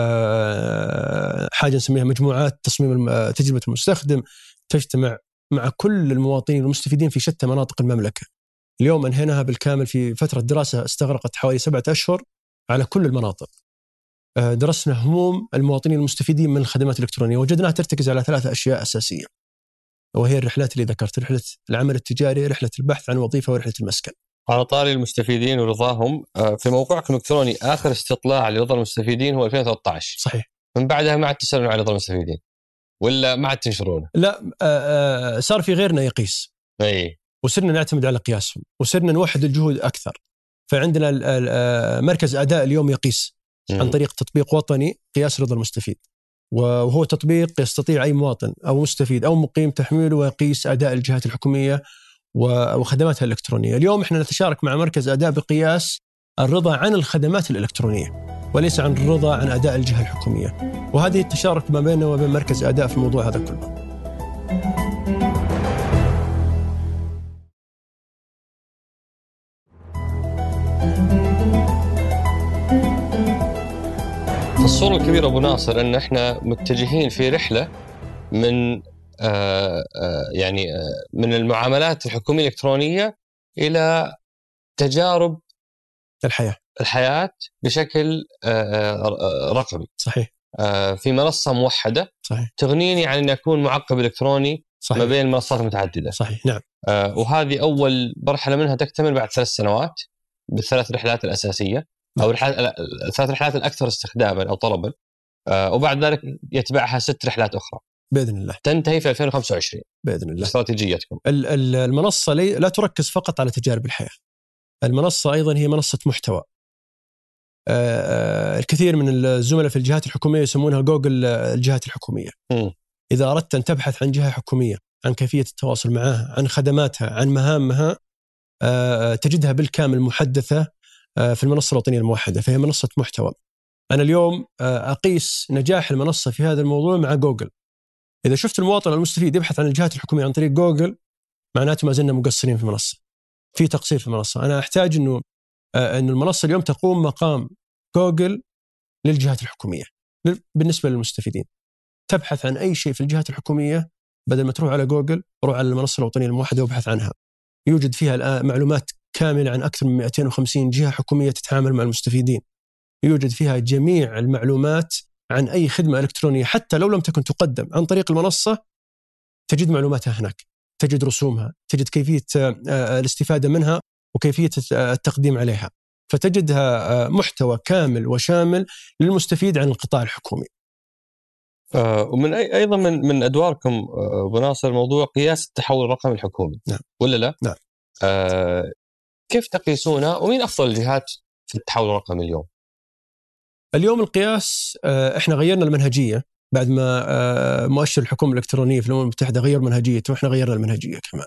حاجة نسميها مجموعات تصميم تجربة المستخدم، تجتمع مع كل المواطنين والمستفيدين في شتى مناطق المملكة. اليوم أنهيناها بالكامل في فترة دراسة استغرقت حوالي 7 أشهر على كل المناطق. درسنا هموم المواطنين المستفيدين من الخدمات الإلكترونية، وجدناها ترتكز على 3 أشياء أساسية، وهي الرحلات اللي ذكرت: رحلة العمل التجاري، رحلة البحث عن وظيفة، ورحلة المسكن. على طاري المستفيدين ورضاهم، في موقعكم الإلكتروني آخر استطلاع لرضا المستفيدين هو 2013. صحيح. من بعدها ما عاد تسألون عن رضا المستفيدين ولا ما عاد تنشرونه؟ لا، صار في غيرنا يقيس. أي. وصرنا نعتمد على قياسهم، وصرنا نوحد الجهود أكثر. فعندنا مركز أداء اليوم يقيس عن طريق تطبيق وطني قياس رضا المستفيد، وهو تطبيق يستطيع أي مواطن أو مستفيد أو مقيم تحميله ويقيس أداء الجهات الحكومية وخدماتها الإلكترونية. اليوم إحنا نتشارك مع مركز أداء بقياس الرضا عن الخدمات الإلكترونية وليس عن الرضا عن أداء الجهة الحكومية، وهذه التشارك ما بيننا وبين مركز أداء في الموضوع هذا كله. الصورة الكبيرة أبو ناصر أن إحنا متجهين في رحلة من من المعاملات الحكومية الإلكترونية إلى تجارب الحياة بشكل رقمي. صحيح. في منصة موحدة. صحيح. تغنيني عن أن أكون معقب إلكتروني. صحيح. ما بين المنصات المتعددة. صحيح. نعم. وهذه أول مرحلة منها تكتمل بعد 3 سنوات بالثلاث رحلات الأساسية. أو الثلاث رحلات الأكثر استخداما أو طلبا. وبعد ذلك يتبعها 6 رحلات أخرى بإذن الله تنتهي في 2025 بإذن الله. استراتيجيتكم. المنصة لا تركز فقط على تجارب الحياة. المنصة أيضا هي منصة محتوى. الكثير من الزملاء في الجهات الحكومية يسمونها جوجل الجهات الحكومية. إذا أردت أن تبحث عن جهة حكومية، عن كيفية التواصل معها، عن خدماتها، عن مهامها، تجدها بالكامل محدثة في المنصة الوطنية الموحدة، فهي منصة محتوى. أنا اليوم أقيس نجاح المنصة في هذا الموضوع مع جوجل. إذا شفت المواطن المستفيد يبحث عن الجهات الحكومية عن طريق جوجل، معناته ما زلنا مقصرين في المنصة، في تقصير في المنصة. أنا أحتاج أن المنصة اليوم تقوم مقام جوجل للجهات الحكومية بالنسبة للمستفيدين. تبحث عن أي شيء في الجهات الحكومية، بدل ما تروح على جوجل روح على المنصة الوطنية الموحدة وابحث عنها. يوجد فيها الآن معلومات كاملة عن أكثر من 250 جهة حكومية تتعامل مع المستفيدين. يوجد فيها جميع المعلومات عن أي خدمة إلكترونية، حتى لو لم تكن تقدم عن طريق المنصة تجد معلوماتها هناك، تجد رسومها، تجد كيفية الاستفادة منها وكيفية التقديم عليها. فتجدها محتوى كامل وشامل للمستفيد عن القطاع الحكومي. ومن أيضا من أدواركم أبو ناصر موضوع قياس التحول الرقمي الحكومي. نعم. ولا لا؟ نعم. كيف تقيسونه ومين أفضل الجهات في التحول الرقمي اليوم؟ اليوم القياس احنا غيرنا المنهجية بعد ما مؤشر الحكومة الإلكترونية في الأمم المتحدة غير منهجيته، وإحنا غيرنا المنهجية كمان.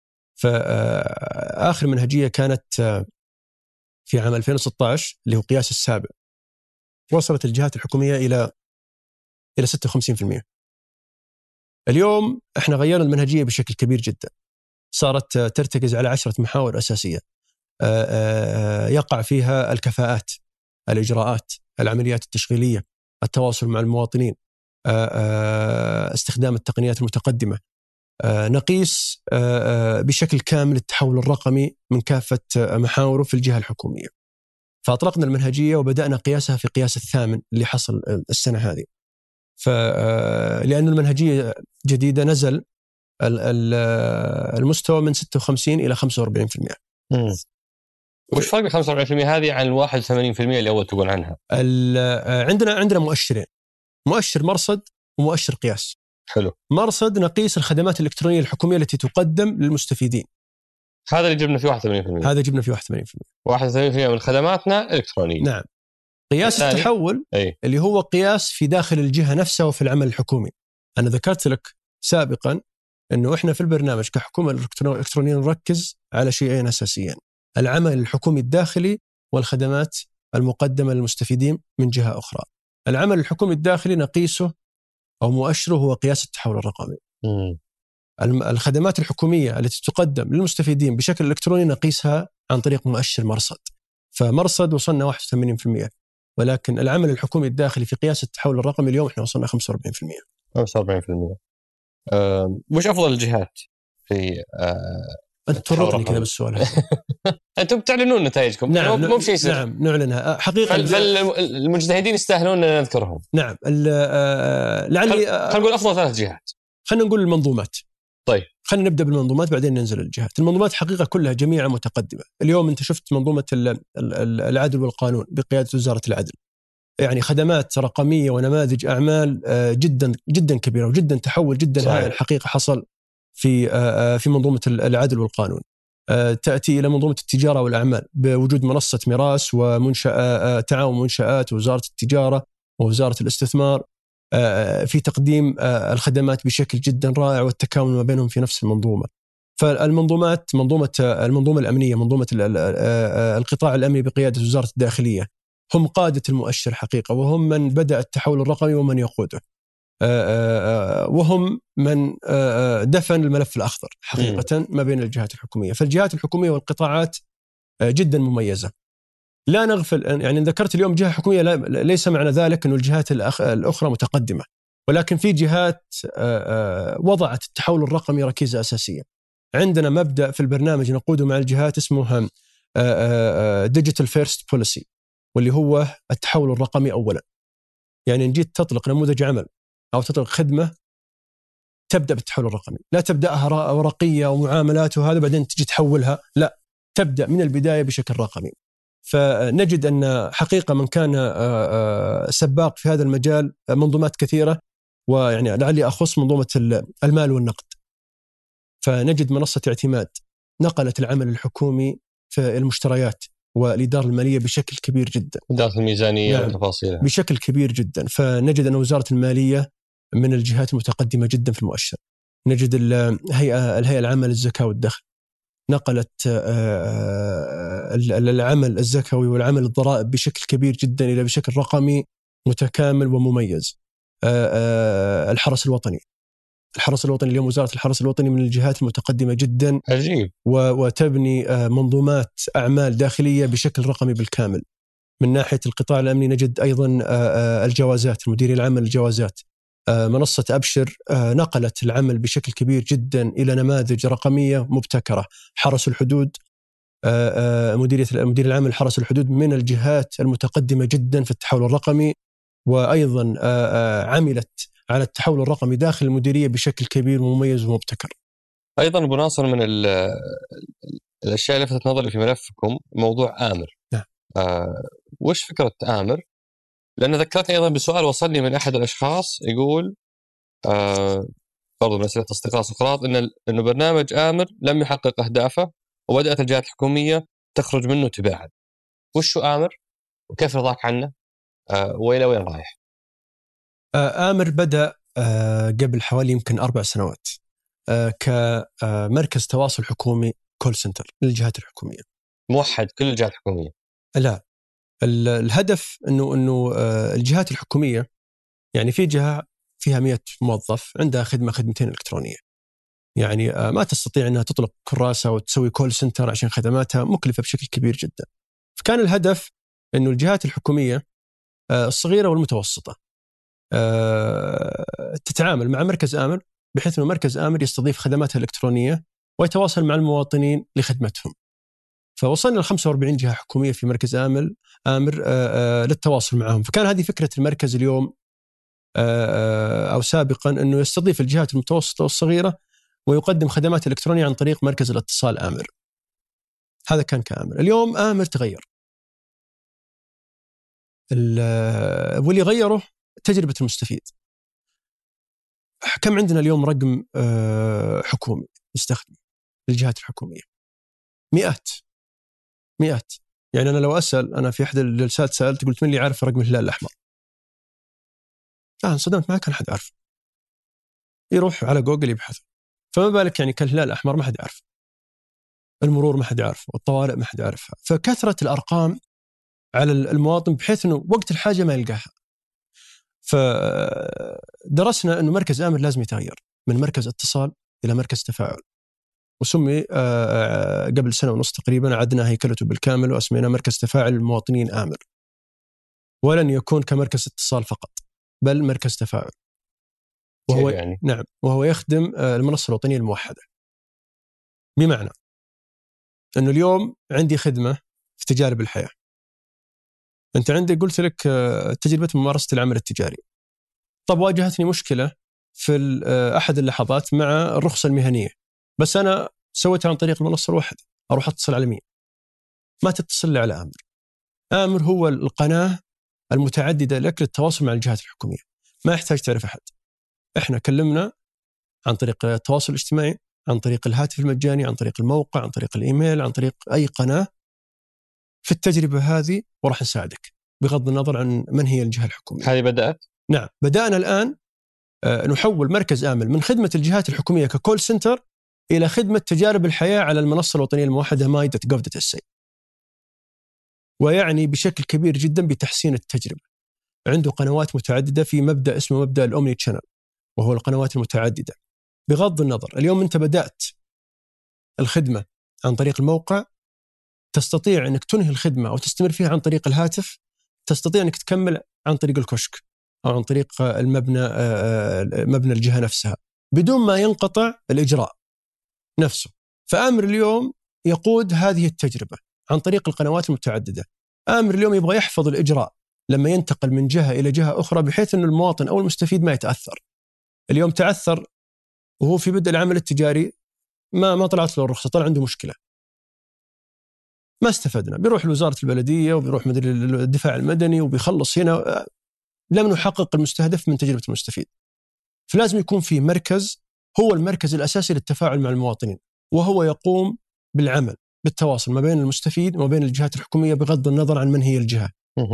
فآخر منهجية كانت في عام 2016 اللي هو قياس السابع، وصلت الجهات الحكومية إلى 56%. اليوم احنا غيرنا المنهجية بشكل كبير جدا، صارت ترتكز على 10 محاور أساسية يقع فيها الكفاءات، الإجراءات، العمليات التشغيلية، التواصل مع المواطنين، استخدام التقنيات المتقدمة. نقيس بشكل كامل التحول الرقمي من كافة محاوره في الجهة الحكومية. فأطلقنا المنهجية وبدأنا قياسها في قياس الثامن اللي حصل السنة هذه. لأن المنهجية جديدة نزل المستوى من 56 إلى 45%. وش فرق 45% هذه عن 81% اللي أول تقول عنها؟ عندنا مؤشرين، مؤشر مرصد ومؤشر قياس. حلو. مرصد نقيس الخدمات الإلكترونية الحكومية التي تقدم للمستفيدين، هذا اللي جبنا فيه 81%. هذا جبنا فيه 81%. 81% من خدماتنا إلكترونية. نعم. قياس التحول اللي هو قياس في داخل الجهة نفسها وفي العمل الحكومي. أنا ذكرت لك سابقا أنه إحنا في البرنامج كحكومة الإلكترونية نركز على شيئين أساسيين: العمل الحكومي الداخلي والخدمات المقدمة للمستفيدين من جهة أخرى. العمل الحكومي الداخلي نقيسه أو مؤشره هو قياس التحول الرقمي. الخدمات الحكومية التي تقدم للمستفيدين بشكل إلكتروني نقيسها عن طريق مؤشر مرصد. فمرصد وصلنا 81%، ولكن العمل الحكومي الداخلي في قياس التحول الرقمي اليوم احنا وصلنا 45%. 45%. وش أفضل الجهات في أنت ترطني كذا بالسؤال. أنتم تعلنون نتائجكم. نعم. مو بشيء سر. نعم نعلنها حقيقة. فالمجتهدين يستاهلون أن نذكرهم. نعم. لعلي خلينا نقول أفضل 3 جهات. خلينا نقول المنظومات. طيب خلينا نبدأ بالمنظومات بعدين ننزل الجهات. المنظومات حقيقة كلها جميعا متقدمة. اليوم أنت شفت منظومة العدل والقانون بقيادة وزارة العدل، يعني خدمات رقمية ونماذج أعمال جدا جدا كبيرة وجدا تحول جدا هائل الحقيقة حصل في منظومة العدل والقانون. تأتي إلى منظومة التجارة والأعمال بوجود منصة ميراث تعاون منشآت ووزارة التجارة ووزارة الاستثمار في تقديم الخدمات بشكل جدا رائع والتكامل ما بينهم في نفس المنظومة. فالمنظومة المنظومة الأمنية، منظومة القطاع الأمني بقيادة وزارة الداخلية هم قادة المؤشر حقيقة، وهم من بدأ التحول الرقمي ومن يقوده، وهم من دفن الملف الأخضر حقيقة ما بين الجهات الحكومية. فالجهات الحكومية والقطاعات جدا مميزة. لا نغفل، يعني ذكرت اليوم جهة حكومية ليس معنى ذلك أن الجهات الأخرى متقدمة، ولكن في جهات وضعت التحول الرقمي ركيزة أساسية. عندنا مبدأ في البرنامج نقوده مع الجهات اسمه Digital First Policy، واللي هو التحول الرقمي أولا. يعني إن جيت تطلق نموذج عمل أو تطلق خدمة تبدأ بالتحول الرقمي، لا تبدأها ورقية ومعاملات وهذا بعدين تجي تحولها، لا، تبدأ من البداية بشكل رقمي. فنجد أن حقيقة من كان سباق في هذا المجال منظومات كثيرة، ويعني لعلي أخص منظومة المال والنقد. فنجد منصة اعتماد نقلت العمل الحكومي في المشتريات والإدارة المالية بشكل كبير جدا، إدارة الميزانية نعم وتفاصيلها بشكل كبير جدا. فنجد أن وزارة المالية من الجهات المتقدمة جدا في المؤشر. نجد الهيئة العامة للزكاة والدخل نقلت العمل الزكوي والعمل الضرائب بشكل كبير جدا إلى بشكل رقمي متكامل ومميز. الحرس الوطني اليوم وزارة الحرس الوطني من الجهات المتقدمة جدا، عجيب، وتبني منظومات أعمال داخلية بشكل رقمي بالكامل. من ناحية القطاع الأمني نجد أيضا الجوازات، المديرية العامة للجوازات، منصة أبشر نقلت العمل بشكل كبير جدا إلى نماذج رقمية مبتكرة. حرس الحدود، مدير العام لحرس الحدود من الجهات المتقدمة جدا في التحول الرقمي، وأيضا عملت على التحول الرقمي داخل المديرية بشكل كبير ومميز ومبتكر. أيضا أبو ناصر من الأشياء اللي لفتت نظري في ملفكم موضوع آمر. نعم. وش فكرة آمر؟ لأن ذكرتني أيضا بسؤال وصلني من أحد الأشخاص يقول برضو من أسئلة أصدقاء سقراط إنه برنامج آمر لم يحقق أهدافه وبدأت الجهات الحكومية تخرج منه تباعا. وش آمر وكيف رضاك عنه وإلى وين رايح؟ آمر بدأ قبل حوالي يمكن 4 سنوات كمركز تواصل حكومي كول سنتر للجهات الحكومية، موحد كل الجهات الحكومية. لا، الهدف إنه الجهات الحكومية، يعني في جهة فيها 100 موظف عندها خدمتين إلكترونية، يعني ما تستطيع أنها تطلق كراسة وتسوي كول سنتر عشان خدماتها مكلفة بشكل كبير جدا. فكان الهدف أنه الجهات الحكومية الصغيرة والمتوسطة تتعامل مع مركز آمر، بحيث أنه مركز آمر يستضيف خدماتها الإلكترونية ويتواصل مع المواطنين لخدمتهم. فوصلنا ل 45 جهة حكومية في مركز آمر للتواصل معهم. فكان هذه فكرة المركز اليوم أو سابقا أنه يستضيف الجهات المتوسطة والصغيرة ويقدم خدمات إلكترونية عن طريق مركز الاتصال آمر. هذا كان كآمر. اليوم آمر تغير، واللي غيره تجربة المستفيد. كم عندنا اليوم رقم حكومي يستخدم الجهات الحكومية؟ مئات. يعني أنا لو أسأل، أنا في أحد الجلسات سألت قلت من اللي عارف رقم الهلال الأحمر؟ انصدمت، ما كان حد عارف. يروح على جوجل يبحث، فما بالك يعني كالهلال الأحمر ما حد يعرف، المرور ما حد يعرف، والطوارئ ما حد يعرفها. فكثرة الأرقام على المواطن بحيث أنه وقت الحاجة ما يلقاها. فدرسنا أنه مركز آمر لازم يتغير من مركز اتصال إلى مركز تفاعل، وسمي قبل 1.5 سنة تقريبا عدنا هيكلته بالكامل وأسمينا مركز تفاعل المواطنين آمر، ولن يكون كمركز اتصال فقط بل مركز تفاعل. وهو يعني؟ نعم، وهو يخدم المنصة الوطنية الموحدة. بمعنى أنه اليوم عندي خدمة في تجارب الحياة، أنت عندي قلت لك تجربة ممارسة العمل التجاري. طب واجهتني مشكلة في أحد اللحظات مع الرخصة المهنية، بس أنا سويتها عن طريق المنصة الواحدة، أروح أتصل على مين؟ ما تتصل لي على آمر. آمر هو القناة المتعددة لك للتواصل مع الجهات الحكومية، ما يحتاج تعرف أحد. إحنا كلمنا عن طريق التواصل الاجتماعي، عن طريق الهاتف المجاني، عن طريق الموقع، عن طريق الإيميل، عن طريق أي قناة في التجربة هذه، وراح نساعدك بغض النظر عن من هي الجهة الحكومية. هذه بدأت؟ نعم، بدأنا الآن نحول مركز آمل من خدمة الجهات الحكومية ككول سنتر إلى خدمة تجارب الحياة على المنصة الوطنية الموحدة my.gov.sa، ويعني بشكل كبير جدا بتحسين التجربة. عنده قنوات متعددة في مبدأ اسمه مبدأ الأومني تشانل، وهو القنوات المتعددة. بغض النظر اليوم أنت بدأت الخدمة عن طريق الموقع، تستطيع أنك تنهي الخدمة أو تستمر فيها عن طريق الهاتف، تستطيع أنك تكمل عن طريق الكشك أو عن طريق مبنى الجهة نفسها بدون ما ينقطع الإجراء نفسه. فآمر اليوم يقود هذه التجربة عن طريق القنوات المتعددة. آمر اليوم يبغى يحفظ الإجراء لما ينتقل من جهة إلى جهة أخرى، بحيث أن المواطن أو المستفيد ما يتأثر. اليوم تعثر وهو في بدء العمل التجاري، ما طلعت له الرخصة، طلع عنده مشكلة، ما استفدنا. بيروح لوزارة البلدية وبيروح مدير الدفاع المدني وبيخلص هنا، لم نحقق المستهدف من تجربة المستفيد. فلازم يكون في مركز هو المركز الأساسي للتفاعل مع المواطنين، وهو يقوم بالعمل بالتواصل ما بين المستفيد وما بين الجهات الحكومية بغض النظر عن من هي الجهة.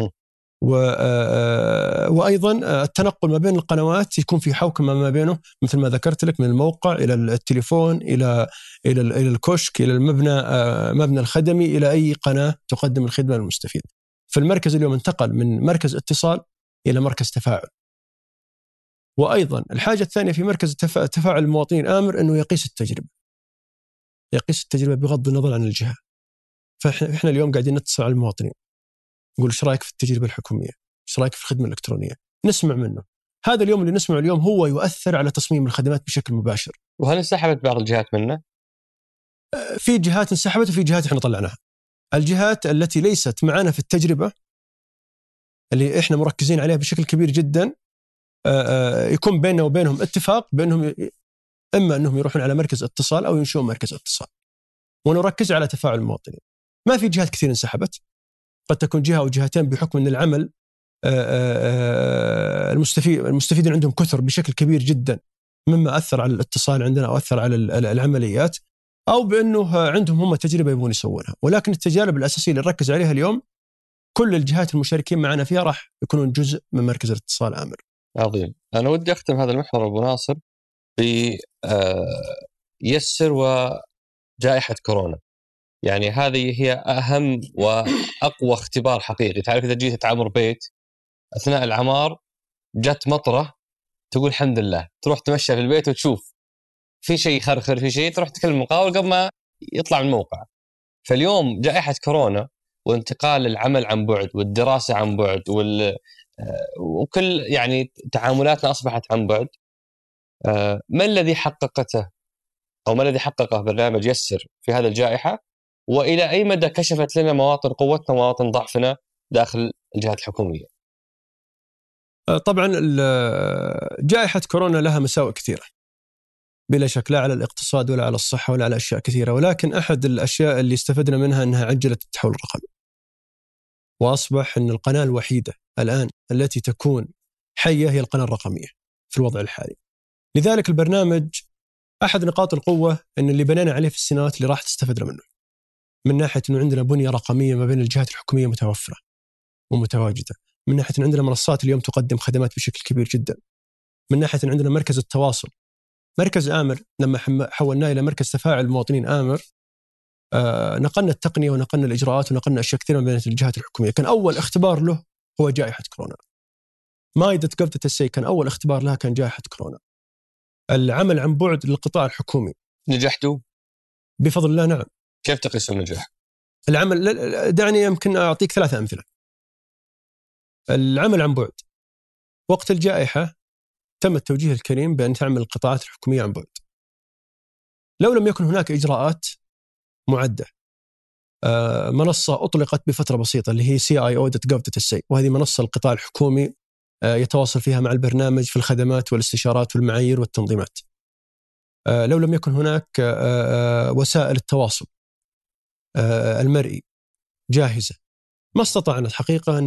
وأيضا التنقل ما بين القنوات يكون في حوكمة ما بينه، مثل ما ذكرت لك، من الموقع إلى التليفون إلى الكشك إلى مبنى الخدمي إلى أي قناة تقدم الخدمة للمستفيد. فالمركز اليوم انتقل من مركز اتصال إلى مركز تفاعل. وأيضا الحاجة الثانية في مركز تفاعل المواطنين، آمر أنه يقيس التجربة بغض النظر عن الجهة. فإحنا اليوم قاعدين نتصل على المواطنين، نقول إيش رأيك في التجربة الحكومية، إيش رأيك في الخدمة الإلكترونية، نسمع منه. هذا اليوم اللي نسمعه اليوم هو يؤثر على تصميم الخدمات بشكل مباشر. وهل انسحبت بعض الجهات منه؟ في جهات انسحبت وفي جهات إحنا طلعناها. الجهات التي ليست معنا في التجربة اللي إحنا مركزين عليها بشكل كبير جدا، يكون بيننا وبينهم اتفاق بأنهم إما أنهم يروحون على مركز اتصال أو ينشؤون مركز اتصال، ونركز على تفاعل المواطنين. ما في جهات كثير انسحبت، قد تكون جهة أو جهتين بحكم أن العمل المستفيدين عندهم كثر بشكل كبير جدا، مما أثر على الاتصال عندنا أو أثر على العمليات، أو بأنه عندهم هم تجربة يبون يسوونها. ولكن التجارب الأساسية اللي نركز عليها اليوم كل الجهات المشاركين معنا فيها راح يكونون جزء من مركز الاتصال. آمر. عظيم. أنا ودي أختم هذا المحور أبو ناصر بيسر وجائحة كورونا. يعني هذه هي أهم وأقوى اختبار حقيقي. تعرف إذا جيت تعمر بيت أثناء العمار جت مطرة، تقول الحمد لله، تروح تمشي في البيت وتشوف في شيء خرخر، في شيء، تروح تكلم المقاول قبل ما يطلع من الموقع. فاليوم جائحة كورونا وانتقال العمل عن بعد والدراسة عن بعد وكل يعني تعاملاتنا أصبحت عن بعد. ما الذي حققته أو ما الذي حققه برنامج يسر في هذه الجائحة، وإلى أي مدى كشفت لنا مواطن قوتنا ومواطن ضعفنا داخل الجهات الحكومية؟ طبعا جائحة كورونا لها مساوئ كثيرة بلا شك، لا على الاقتصاد ولا على الصحة ولا على أشياء كثيرة، ولكن أحد الأشياء اللي استفدنا منها أنها عجلت التحول الرقمي، وأصبح أن القناة الوحيدة الآن التي تكون حية هي القناة الرقمية في الوضع الحالي. لذلك البرنامج أحد نقاط القوة أن اللي بنينا عليه في السنوات اللي راح تستفدنا منه، من ناحية أنه عندنا بنية رقمية ما بين الجهات الحكومية متوفرة ومتواجدة، من ناحية أن عندنا منصات اليوم تقدم خدمات بشكل كبير جدا، من ناحية أن عندنا مركز التواصل، مركز آمر لما حولناه إلى مركز تفاعل المواطنين آمر، نقلنا التقنية ونقلنا الإجراءات ونقلنا أشياء كثيرة بين الجهات الحكومية. كان أول اختبار له هو جائحة كورونا. مائدة قبضة السي كان أول اختبار لها كان جائحة كورونا. العمل عن بعد للقطاع الحكومي نجحتوا بفضل الله. نعم. كيف تقيسوا النجاح؟ العمل، دعني يمكن أعطيك 3 أمثلة. العمل عن بعد وقت الجائحة تم التوجيه الكريم بأن تعمل القطاعات الحكومية عن بعد. لو لم يكن هناك إجراءات معدة، منصة أطلقت بفترة بسيطة اللي هي CIO.gov.sa، وهذه منصة القطاع الحكومي يتواصل فيها مع البرنامج في الخدمات والاستشارات والمعايير والتنظيمات. لو لم يكن هناك وسائل التواصل المرئي جاهزة، ما استطعنا الحقيقة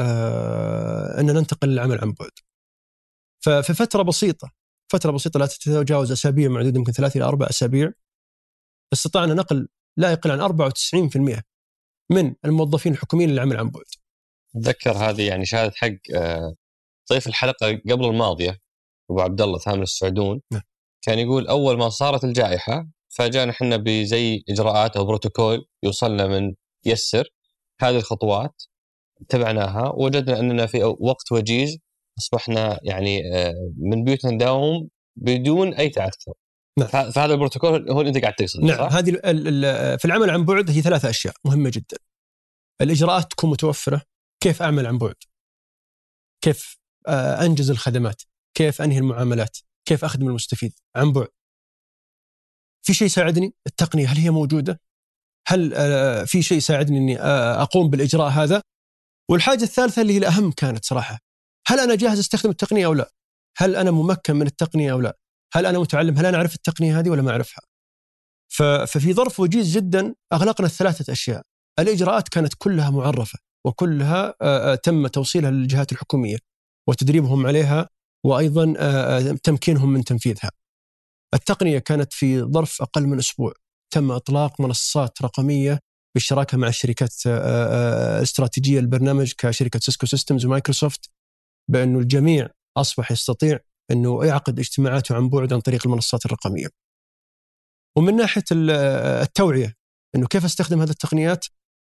أن ننتقل للعمل عن بعد. ففي فترة بسيطة لا تتجاوز أسابيع معدودة، يمكن 3 إلى 4 أسابيع، استطعنا نقل لا يقل عن 94% من الموظفين الحكوميين للعمل عن بعد. أتذكر هذه يعني شهادة حق ضيف الحلقة قبل الماضية أبو عبد الله ثامر السعدون. كان يقول أول ما صارت الجائحة فجاءنا حنا بزي إجراءات أو بروتوكول يوصلنا من يسر، هذه الخطوات تبعناها، وجدنا أننا في وقت وجيز أصبحنا يعني من بيوتنا نداوم بدون أي تعثر. نعم. فهذا البروتوكول هو اللي أنت قاعد تقصد. نعم. هذه في العمل عن بعد هي 3 أشياء مهمة جدا. الإجراءات تكون متوفرة، كيف أعمل عن بعد، كيف أنجز الخدمات، كيف أنهي المعاملات، كيف أخدم المستفيد عن بعد. في شيء يساعدني التقنية، هل هي موجودة؟ هل في شيء يساعدني أني أقوم بالإجراء هذا؟ والحاجة الثالثة اللي هي الأهم كانت صراحة، هل أنا جاهز أستخدم التقنية أو لا؟ هل أنا ممكن من التقنية أو لا؟ هل أنا متعلم؟ هل أنا أعرف التقنية هذه ولا ما أعرفها؟ ففي ظرف وجيز جدا أغلقنا 3 أشياء. الإجراءات كانت كلها معرفة وكلها تم توصيلها للجهات الحكومية وتدريبهم عليها وأيضا تمكينهم من تنفيذها. التقنية كانت في ظرف أقل من أسبوع تم إطلاق منصات رقمية بالشراكة مع الشركات الاستراتيجية البرنامج كشركة سيسكو سيستمز ومايكروسوفت، بأنه الجميع أصبح يستطيع أنه يعقد اجتماعاته عن بعد عن طريق المنصات الرقمية. ومن ناحية التوعية أنه كيف استخدم هذه التقنيات،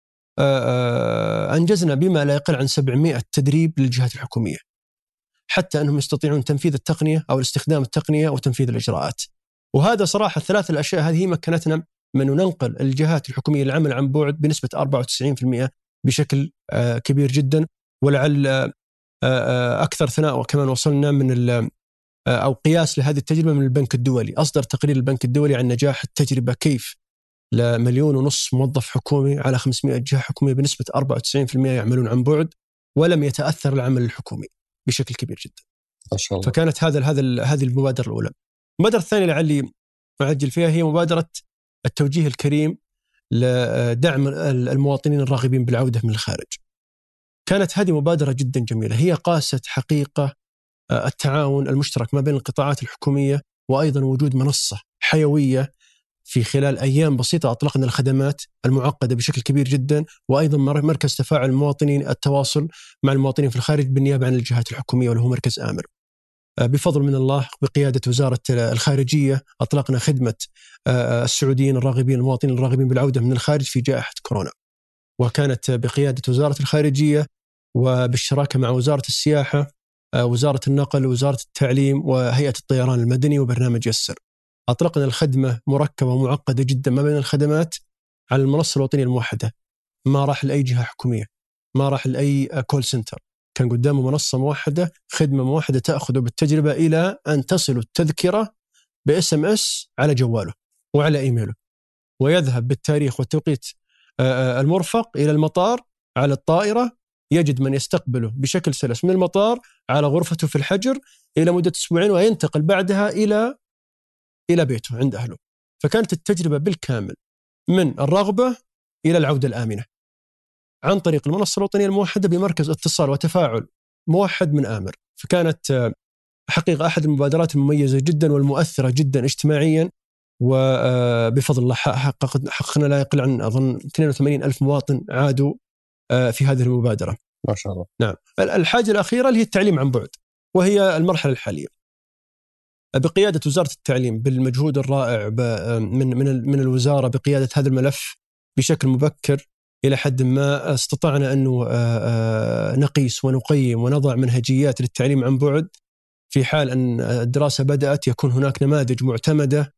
أنجزنا بما لا يقل عن 700 تدريب للجهات الحكومية حتى أنهم يستطيعون تنفيذ التقنية أو الاستخدام التقنية وتنفيذ الإجراءات. وهذا صراحة ال3 الأشياء هذه هي مكنتنا من ننقل الجهات الحكومية للعمل عن بعد بنسبة 94% بشكل كبير جدا. ولعل أكثر ثناء وكمان وصلنا من أو قياس لهذه التجربة من البنك الدولي. أصدر تقرير البنك الدولي عن نجاح التجربة كيف ل1.5 مليون موظف حكومي على 500 جهة حكومية بنسبة 94% يعملون عن بعد ولم يتأثر العمل الحكومي بشكل كبير جدا. ما شاء الله. فكانت هذه المبادرة الأولى. المبادرة الثانية لعلي أعجل فيها هي مبادرة التوجيه الكريم لدعم المواطنين الراغبين بالعودة من الخارج. كانت هذه مبادرة جدا جميلة، هي قاست حقيقة التعاون المشترك ما بين القطاعات الحكومية وأيضا وجود منصة حيوية. في خلال أيام بسيطة أطلقنا الخدمات المعقدة بشكل كبير جدا، وأيضا مركز تفاعل المواطنين التواصل مع المواطنين في الخارج بالنيابة عن الجهات الحكومية وله مركز آمر. بفضل من الله بقيادة وزارة الخارجية أطلقنا خدمة السعوديين الراغبين المواطنين الراغبين بالعودة من الخارج في جائحة كورونا، وكانت بقيادة وزارة الخارجية وبالشراكة مع وزارة السياحة، وزارة النقل، وزارة التعليم، وهيئة الطيران المدني، وبرنامج يسر. أطلقنا الخدمة مركبة ومعقدة جدا ما بين الخدمات على المنصة الوطنية الموحدة. ما راح لأي جهة حكومية، ما راح لأي كول سنتر، كان قدامه منصة موحدة، خدمة موحدة تأخذه بالتجربة إلى أن تصل التذكرة بSMS على جواله وعلى إيميله، ويذهب بالتاريخ والتوقيت المرفق إلى المطار على الطائرة، يجد من يستقبله بشكل سلس من المطار على غرفته في الحجر إلى مدة 2 أسبوع، وينتقل بعدها إلى بيته عند أهله. فكانت التجربة بالكامل من الرغبة إلى العودة الآمنة عن طريق المنصة الوطنية الموحدة بمركز اتصال وتفاعل موحد من آمر. فكانت حقيقة أحد المبادرات المميزة جدا والمؤثرة جدا اجتماعيا، وبفضل الله حققنا لا يقل عن أظن 82,000 مواطن عادوا في هذه المبادرة. ما شاء الله. نعم. الحاجة الأخيرة اللي هي التعليم عن بعد، وهي المرحلة الحالية بقيادة وزارة التعليم بالمجهود الرائع من الوزارة بقيادة هذا الملف بشكل مبكر. إلى حد ما استطعنا أنه نقيس ونقيم ونضع منهجيات للتعليم عن بعد. في حال أن الدراسة بدأت يكون هناك نماذج معتمدة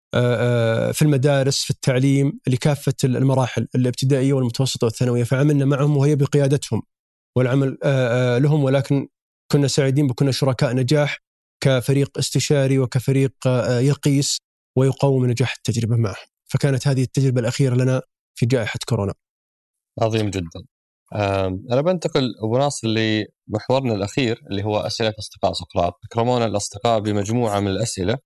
في المدارس في التعليم لكافة المراحل الابتدائية والمتوسطة والثانوية، فعملنا معهم وهي بقيادتهم والعمل لهم، ولكن كنا سعيدين بكنا شركاء نجاح كفريق استشاري وكفريق يقيس ويقوم نجاح التجربة معهم. فكانت هذه التجربة الأخيرة لنا في جائحة كورونا. عظيم جدا. أنا بنتقل أبو ناصر لمحورنا الأخير اللي هو أسئلة أصدقاء سقراط. أكرمونا الأصدقاء بمجموعة من الأسئلة،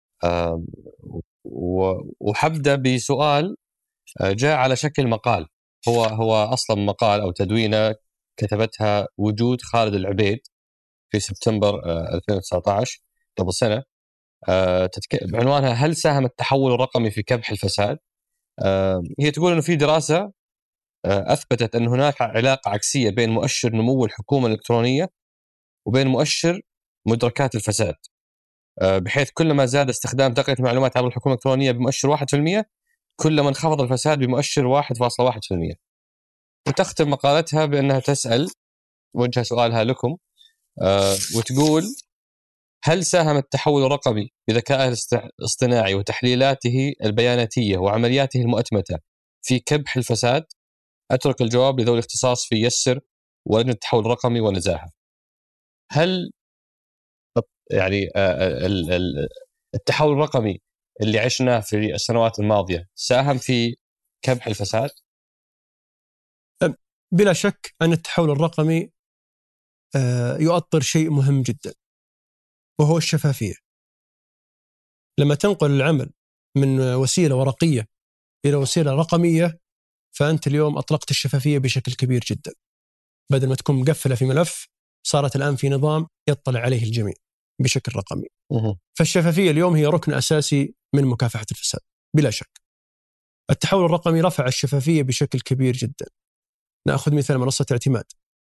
وحبدأ بسؤال جاء على شكل مقال. هو أصلا مقال أو تدوينة كتبتها وجود خالد العبيد في سبتمبر 2019 قبل سنة، بعنوانها هل ساهم التحول الرقمي في كبح الفساد؟ هي تقول أنه في دراسة أثبتت أن هناك علاقة عكسية بين مؤشر نمو الحكومة الإلكترونية وبين مؤشر مدركات الفساد، بحيث كلما زاد استخدام تقنية المعلومات عبر الحكومة الإلكترونية بمؤشر 1%، كلما انخفض الفساد بمؤشر 1.1%. وتختم مقالتها بأنها تسأل، وجه سؤالها لكم، وتقول هل ساهم التحول الرقمي بذكائه الاصطناعي وتحليلاته البياناتية وعملياته المؤتمتة في كبح الفساد؟ أترك الجواب لذوي الاختصاص في يسر ولجنة التحول الرقمي ونزاهة. هل يعني التحول الرقمي اللي عشناه في السنوات الماضية ساهم في كبح الفساد؟ بلا شك أن التحول الرقمي يؤطر شيء مهم جدا، وهو الشفافية. لما تنقل العمل من وسيلة ورقية إلى وسيلة رقمية، فأنت اليوم أطلقت الشفافية بشكل كبير جدا. بدل ما تكون مقفلة في ملف، صارت الآن في نظام يطلع عليه الجميع بشكل رقمي. فالشفافية اليوم هي ركن أساسي من مكافحة الفساد بلا شك. التحول الرقمي رفع الشفافية بشكل كبير جدا. نأخذ مثال منصة اعتماد.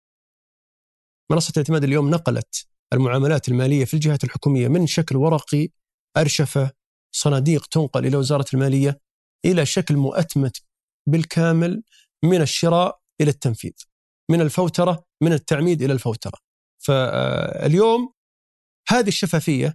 منصة اعتماد اليوم نقلت المعاملات المالية في الجهات الحكومية من شكل ورقي أرشفة صناديق تنقل إلى وزارة المالية إلى شكل مؤتمت بالكامل، من الشراء إلى التنفيذ، من الفوترة، من التعميد إلى الفوترة. فاليوم هذه الشفافية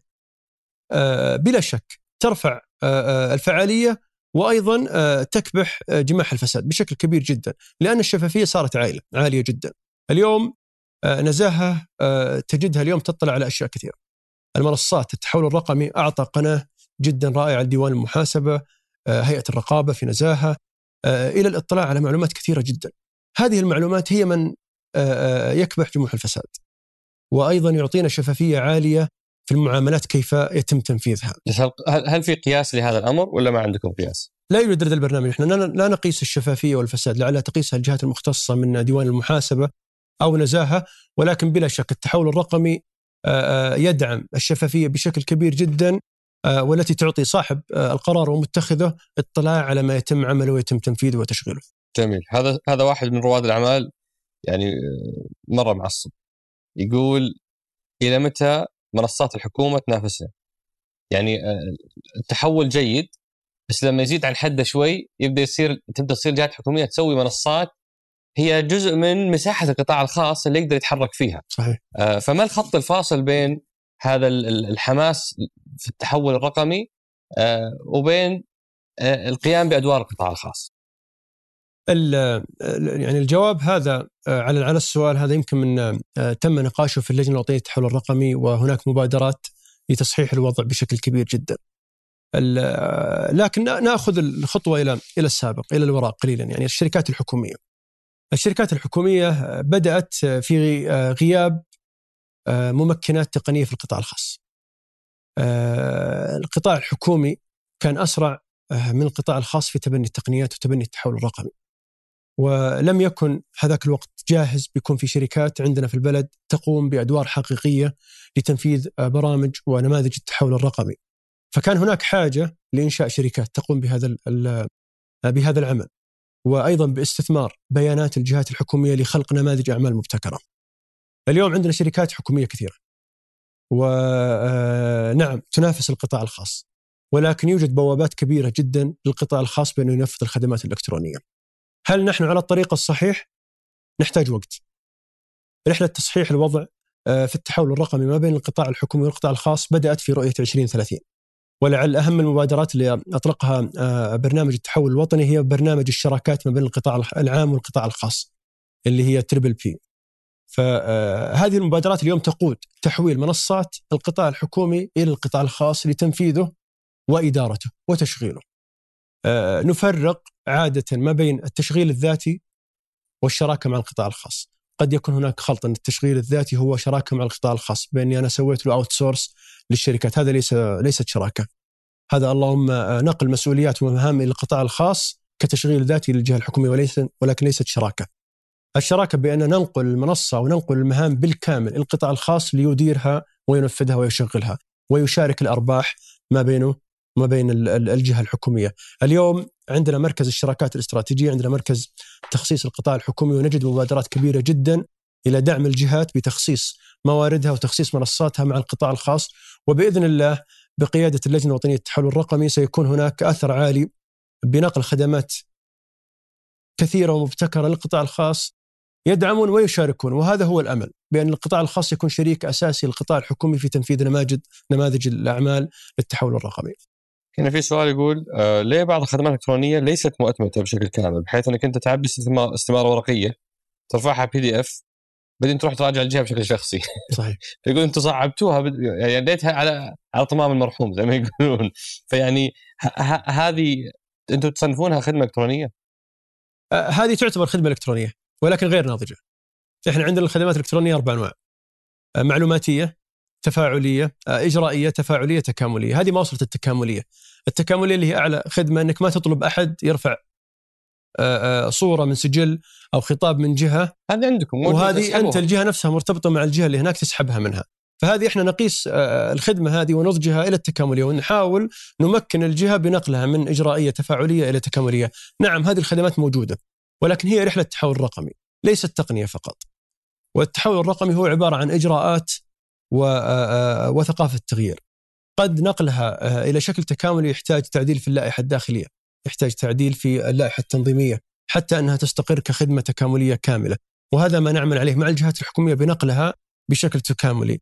بلا شك ترفع الفعالية، وأيضا تكبح جماح الفساد بشكل كبير جدا، لأن الشفافية صارت عالية جدا. اليوم نزاهة تجدها اليوم تطلع على أشياء كثيرة. المنصات التحول الرقمي أعطى قناة جدا رائعة لديوان المحاسبة، هيئة الرقابة في نزاهة، إلى الاطلاع على معلومات كثيرة جدا. هذه المعلومات هي من يكبح جموح الفساد، وأيضا يعطينا شفافية عالية في المعاملات كيف يتم تنفيذها. هل في قياس لهذا الأمر ولا ما عندكم قياس؟ لا يوجد لدى البرنامج. نحن لا نقيس الشفافية والفساد، لعلها تقيسها الجهات المختصة من ديوان المحاسبة أو نزاهة، ولكن بلا شك التحول الرقمي يدعم الشفافية بشكل كبير جدا، والتي تعطي صاحب القرار ومتخذه اطلاع على ما يتم عمله ويتم تنفيذه وتشغيله. جميل. هذا واحد من رواد الأعمال يعني مرة معصب، يقول إلى متى منصات الحكومة تنافسها؟ يعني التحول جيد، بس لما يزيد عن حده شوي تبدأ تصير جهات حكومية تسوي منصات هي جزء من مساحة القطاع الخاص اللي يقدر يتحرك فيها. صحيح. فما الخط الفاصل بين هذا الحماس في التحول الرقمي وبين القيام بأدوار القطاع الخاص؟ يعني الجواب هذا على السؤال هذا يمكن من تم نقاشه في اللجنة الوطنية للتحول الرقمي، وهناك مبادرات لتصحيح الوضع بشكل كبير جدا. لكن نأخذ الخطوة إلى السابق، إلى الوراء قليلا. يعني الشركات الحكومية بدأت في غياب ممكنات تقنية في القطاع الخاص. القطاع الحكومي كان أسرع من القطاع الخاص في تبني التقنيات وتبني التحول الرقمي، ولم يكن هذاك الوقت جاهز بيكون في شركات عندنا في البلد تقوم بأدوار حقيقية لتنفيذ برامج ونماذج التحول الرقمي. فكان هناك حاجة لإنشاء شركات تقوم بهذا العمل، وأيضا باستثمار بيانات الجهات الحكومية لخلق نماذج أعمال مبتكرة. اليوم عندنا شركات حكومية كثيرة، ونعم تنافس القطاع الخاص، ولكن يوجد بوابات كبيرة جدا للقطاع الخاص بأنه ينفذ الخدمات الإلكترونية. هل نحن على الطريق الصحيح؟ نحتاج وقت. رحلة تصحيح الوضع في التحول الرقمي ما بين القطاع الحكومي والقطاع الخاص بدأت في رؤية 2030، ولعل أهم المبادرات اللي أطلقها برنامج التحول الوطني هي برنامج الشراكات ما بين القطاع العام والقطاع الخاص اللي هي تريبل بي. فهذه المبادرات اليوم تقود تحويل منصات القطاع الحكومي إلى القطاع الخاص لتنفيذه وإدارته وتشغيله. نفرق عادة ما بين التشغيل الذاتي والشراكة مع القطاع الخاص. قد يكون هناك خلط أن التشغيل الذاتي هو شراكة مع القطاع الخاص، بأني أنا سويت له أوت سورس للشركات. هذا ليست شراكة، هذا اللهم نقل مسؤوليات ومهام إلى القطاع الخاص كتشغيل ذاتي للجهة الحكومية، ولكن ليست شراكة. الشراكة بأن ننقل المنصة وننقل المهام بالكامل إلى القطاع الخاص ليديرها وينفذها ويشغلها ويشارك الأرباح ما بينه وما بين الجهة الحكومية. اليوم عندنا مركز الشراكات الاستراتيجية، عندنا مركز تخصيص القطاع الحكومي، ونجد مبادرات كبيرة جدا إلى دعم الجهات بتخصيص مواردها وتخصيص منصاتها مع القطاع الخاص. وبإذن الله بقيادة اللجنة الوطنية للتحول الرقمي سيكون هناك أثر عالي بنقل خدمات كثيرة ومبتكرة للقطاع الخاص، يدعمون ويشاركون، وهذا هو الأمل. بأن القطاع الخاص يكون شريك أساسي للقطاع الحكومي في تنفيذ نماذج الأعمال للتحول الرقمي. هنا في سؤال يقول ليه بعض الخدمات الإلكترونية ليست مؤتمتة بشكل كامل، بحيث أنك أنت تعبي استمارة ورقية ترفعها PDF بعدين تروح تراجع الجهة بشكل شخصي. صحيح. فيقول أنتم صعبتوها يعني اديتها على طمام المرحوم زي ما يقولون. فيعني هذه أنتم تصنفونها خدمة إلكترونية؟ هذه تعتبر خدمة إلكترونية ولكن غير ناضجة. إحنا عندنا الخدمات الإلكترونية 4 أنواع: معلوماتية، تفاعلية، إجرائية، تفاعلية، تكاملية. هذه ما وصلت التكاملية. التكاملية اللي هي أعلى خدمة، أنك ما تطلب أحد يرفع صورة من سجل أو خطاب من جهة، هذه عندكم، وهذه أنت الجهة نفسها مرتبطة مع الجهة اللي هناك تسحبها منها. فهذه إحنا نقيس الخدمة هذه ونضجها إلى التكاملية، ونحاول نمكن الجهة بنقلها من إجرائية تفاعلية إلى تكاملية. نعم هذه الخدمات موجودة، ولكن هي رحلة تحول رقمي ليست تقنية فقط. والتحول الرقمي هو عبارة عن إجراءات وثقافة تغيير. قد نقلها إلى شكل تكاملي يحتاج تعديل في اللائحة الداخلية، يحتاج تعديل في اللائحة التنظيمية حتى أنها تستقر كخدمة تكاملية كاملة، وهذا ما نعمل عليه مع الجهات الحكومية بنقلها بشكل تكاملي.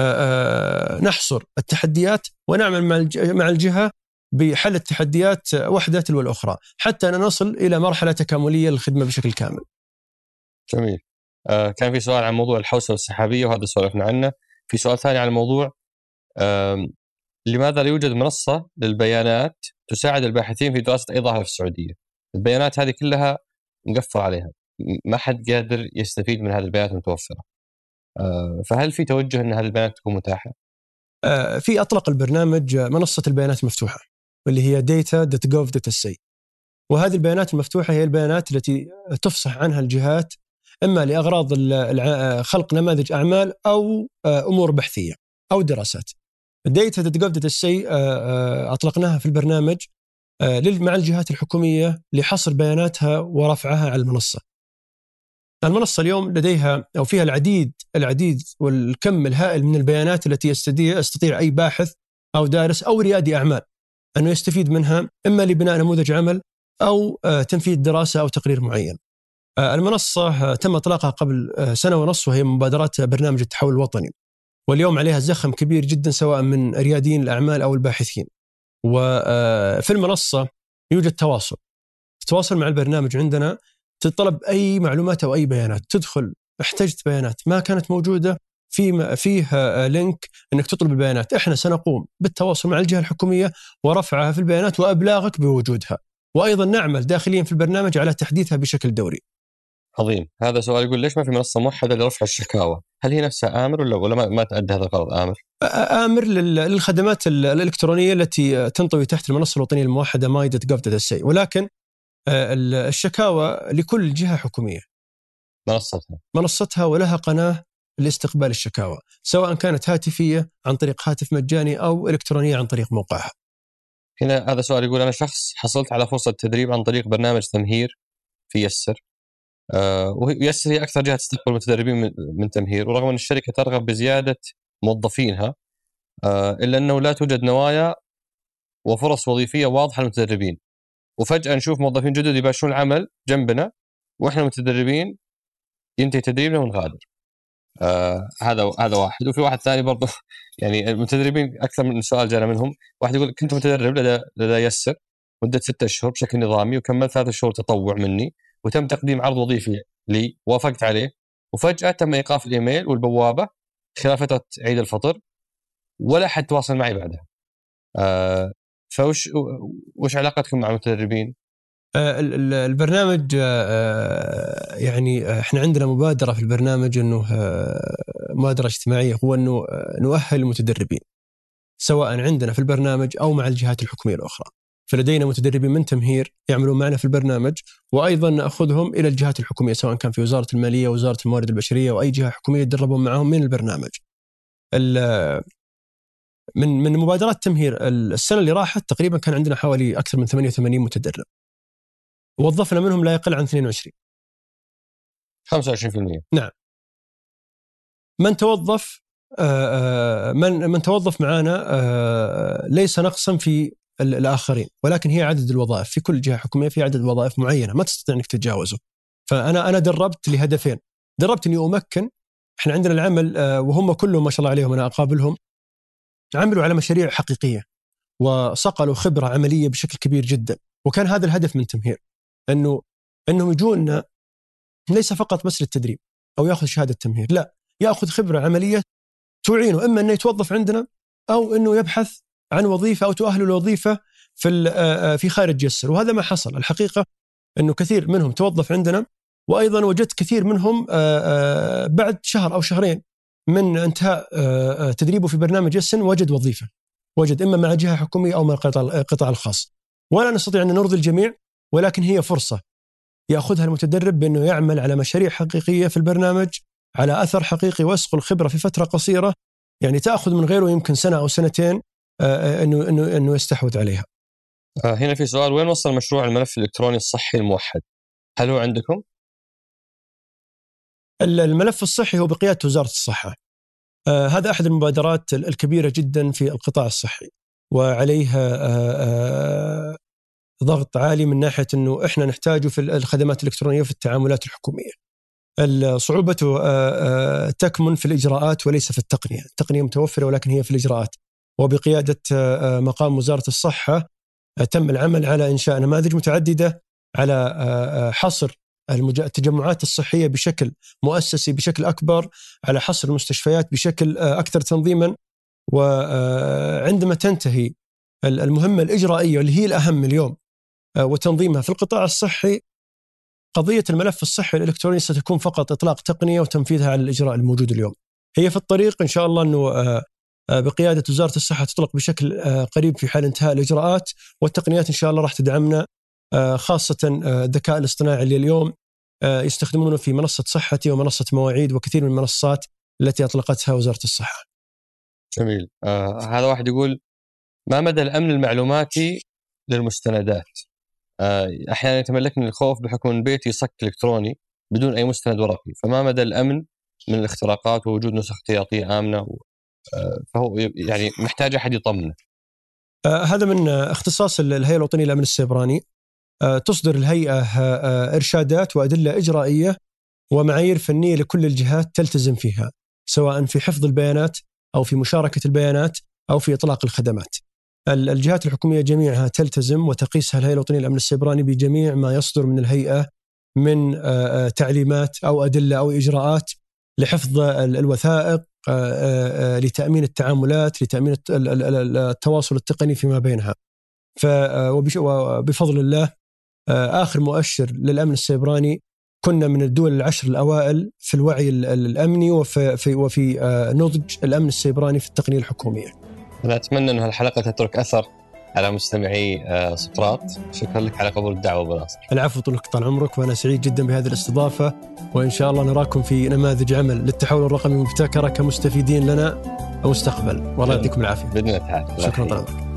نحصر التحديات ونعمل مع الجهة بحل التحديات واحدة تلو الأخرى حتى نصل إلى مرحلة تكاملية للخدمة بشكل كامل. جميل. كان في سؤال عن موضوع الحوسبة والسحابية وهذا سولفنا عنه. في سؤال ثاني عن الموضوع لماذا لا يوجد منصة للبيانات تساعد الباحثين في دراسة أي ظاهرة في السعودية؟ البيانات هذه كلها مقفر عليها، ما حد قادر يستفيد من هذه البيانات المتوفرة. فهل في توجه أن هذه البيانات تكون متاحة؟ في أطلق البرنامج منصة البيانات المفتوحة واللي هي data.gov.sa، وهذه البيانات المفتوحة هي البيانات التي تفصح عنها الجهات إما لأغراض خلق نماذج أعمال أو أمور بحثية أو دراسات. data.gov.sa أطلقناها في البرنامج مع الجهات الحكومية لحصر بياناتها ورفعها على المنصة. المنصة اليوم لديها أو فيها العديد والكم الهائل من البيانات التي يستطيع أي باحث أو دارس أو ريادي أعمال أنه يستفيد منها إما لبناء نموذج عمل أو تنفيذ دراسة أو تقرير معين. المنصة تم إطلاقها قبل 1.5 سنة وهي مبادرات برنامج التحول الوطني، واليوم عليها زخم كبير جدا سواء من رياديين الأعمال أو الباحثين. وفي المنصة يوجد تواصل مع البرنامج. عندنا تطلب أي معلومات أو أي بيانات، تدخل احتجت بيانات ما كانت موجودة فيه لينك أنك تطلب البيانات. إحنا سنقوم بالتواصل مع الجهة الحكومية ورفعها في البيانات وأبلاغك بوجودها، وأيضا نعمل داخليا في البرنامج على تحديثها بشكل دوري. عظيم. هذا سؤال يقول ليش ما في منصة موحدة لرفع الشكاوى؟ هل هي نفسها آمر ولا ما تأدي هذا الغرض؟ آمر للخدمات الإلكترونية التي تنطوي تحت المنصة الوطنية الموحدة my.gov.sa، ولكن الشكاوى لكل جهة حكومية منصتها ولها قناة لاستقبال الشكاوى سواء كانت هاتفية عن طريق هاتف مجاني أو إلكترونية عن طريق موقعها. هنا هذا سؤال يقول أنا شخص حصلت على فرصة تدريب عن طريق برنامج تمهير في يسر، ويسر هي أكثر جهة تستقبل متدربين من تمهير، ورغم أن الشركة ترغب بزيادة موظفينها إلا أنه لا توجد نوايا وفرص وظيفية واضحة للمتدربين، وفجأة نشوف موظفين جدد يباشرون العمل جنبنا وإحنا متدربين ينتهي تدريبنا ونغادر. هذا واحد. وفي واحد ثاني برضه يعني المتدربين أكثر من سؤال جانا منهم. واحد يقول كنت متدرب لدى يسر مدة 6 أشهر بشكل نظامي، وكملت 3 شهور تطوع مني، وتم تقديم عرض وظيفي لي وافقت عليه، وفجأة تم إيقاف الإيميل والبوابة خلال فترة عيد الفطر ولا حد تواصل معي بعدها. وش علاقتكم مع المتدربين؟ البرنامج يعني احنا عندنا مبادرة في البرنامج انه مبادرة اجتماعية، هو انه نؤهل المتدربين سواء عندنا في البرنامج او مع الجهات الحكومية الاخرى. فلدينا متدربين من تمهير يعملون معنا في البرنامج، وايضا ناخذهم الى الجهات الحكومية سواء كان في وزارة المالية وزارة الموارد البشرية او اي جهة حكومية يتدربون معهم من البرنامج. من مبادرات تمهير السنة اللي راحت تقريبا كان عندنا حوالي أكثر من 88 متدرب، وظفنا منهم لا يقل عن 22 25%. نعم. من توظف معنا ليس نقصا في الآخرين، ولكن هي عدد الوظائف. في كل جهة حكومية في عدد وظائف معينة ما تستطيع أنك تتجاوزه. فأنا دربت لهدفين: دربت أني أمكن احنا عندنا العمل وهم كلهم ما شاء الله عليهم، أنا أقابلهم عملوا على مشاريع حقيقية وصقلوا خبرة عملية بشكل كبير جدا. وكان هذا الهدف من تمهير، أنهم يجون ليس فقط بس للتدريب أو يأخذ شهادة تمهير، لا، يأخذ خبرة عملية تعينه إما أنه يتوظف عندنا أو أنه يبحث عن وظيفة أو تؤهله لوظيفة في خارج جسر. وهذا ما حصل الحقيقة، أنه كثير منهم توظف عندنا، وأيضا وجدت كثير منهم بعد شهر أو شهرين من انتهاء تدريبه في برنامج يسن وجد وظيفة، وجد إما مع جهة حكومية أو مع القطاع الخاص. ولا نستطيع أن نرضي الجميع، ولكن هي فرصة يأخذها المتدرب بأنه يعمل على مشاريع حقيقية في البرنامج على أثر حقيقي، ويصقل خبرة في فترة قصيرة، يعني تأخذ من غيره يمكن سنة أو سنتين أنه يستحوذ عليها. هنا في سؤال: وين وصل مشروع الملف الإلكتروني الصحي الموحد؟ هل هو عندكم؟ الملف الصحي هو بقيادة وزارة الصحة. هذا أحد المبادرات الكبيرة جدا في القطاع الصحي، وعليها ضغط عالي من ناحية أنه إحنا نحتاجه في الخدمات الإلكترونية وفي التعاملات الحكومية. صعوبته تكمن في الإجراءات وليس في التقنية. التقنية متوفرة ولكن هي في الإجراءات. وبقيادة مقام وزارة الصحة تم العمل على إنشاء نماذج متعددة، على حصر التجمعات الصحية بشكل مؤسسي بشكل أكبر، على حصر المستشفيات بشكل أكثر تنظيما. وعندما تنتهي المهمة الإجرائية اللي هي الأهم اليوم وتنظيمها في القطاع الصحي، قضية الملف الصحي الإلكتروني ستكون فقط إطلاق تقنية وتنفيذها على الإجراء الموجود اليوم. هي في الطريق إن شاء الله، أنه بقيادة وزارة الصحة تطلق بشكل قريب في حال انتهاء الإجراءات، والتقنيات إن شاء الله راح تدعمنا، خاصة الذكاء الاصطناعي اللي اليوم يستخدمونه في منصة صحتي ومنصة مواعيد وكثير من المنصات التي أطلقتها وزارة الصحة. جميل. هذا واحد يقول: ما مدى الأمن المعلوماتي للمستندات؟ أحيانا يتملكني الخوف بحكم أن بيتي صك إلكتروني بدون أي مستند ورقي، فما مدى الأمن من الاختراقات ووجود نسخ احتياطية آمنة؟ فهو يعني محتاج أحد يطمنه. هذا من اختصاص الهيئة الوطنية للأمن السيبراني. تصدر الهيئة إرشادات وأدلة إجرائية ومعايير فنية لكل الجهات تلتزم فيها، سواء في حفظ البيانات أو في مشاركة البيانات أو في إطلاق الخدمات. الجهات الحكومية جميعها تلتزم وتقيسها الهيئة الوطنية للأمن السيبراني بجميع ما يصدر من الهيئة من تعليمات أو أدلة أو إجراءات لحفظ الوثائق، لتأمين التعاملات، لتأمين التواصل التقني فيما بينها. وبفضل الله آخر مؤشر للأمن السيبراني كنا من الدول 10 الأوائل في الوعي الأمني وفي نضج الأمن السيبراني في التقنية الحكومية. أنا أتمنى أن هالحلقة تترك أثر على مستمعي سقراط. شكرا لك على قبول الدعوة أبو ناصر. العفو، طولك طال عمرك، وأنا سعيد جدا بهذه الاستضافة، وإن شاء الله نراكم في نماذج عمل للتحول الرقمي المبتكرة كمستفيدين لنا مستقبل. والله يعطيكم العافية. بإذن الله تعالى. شكرا.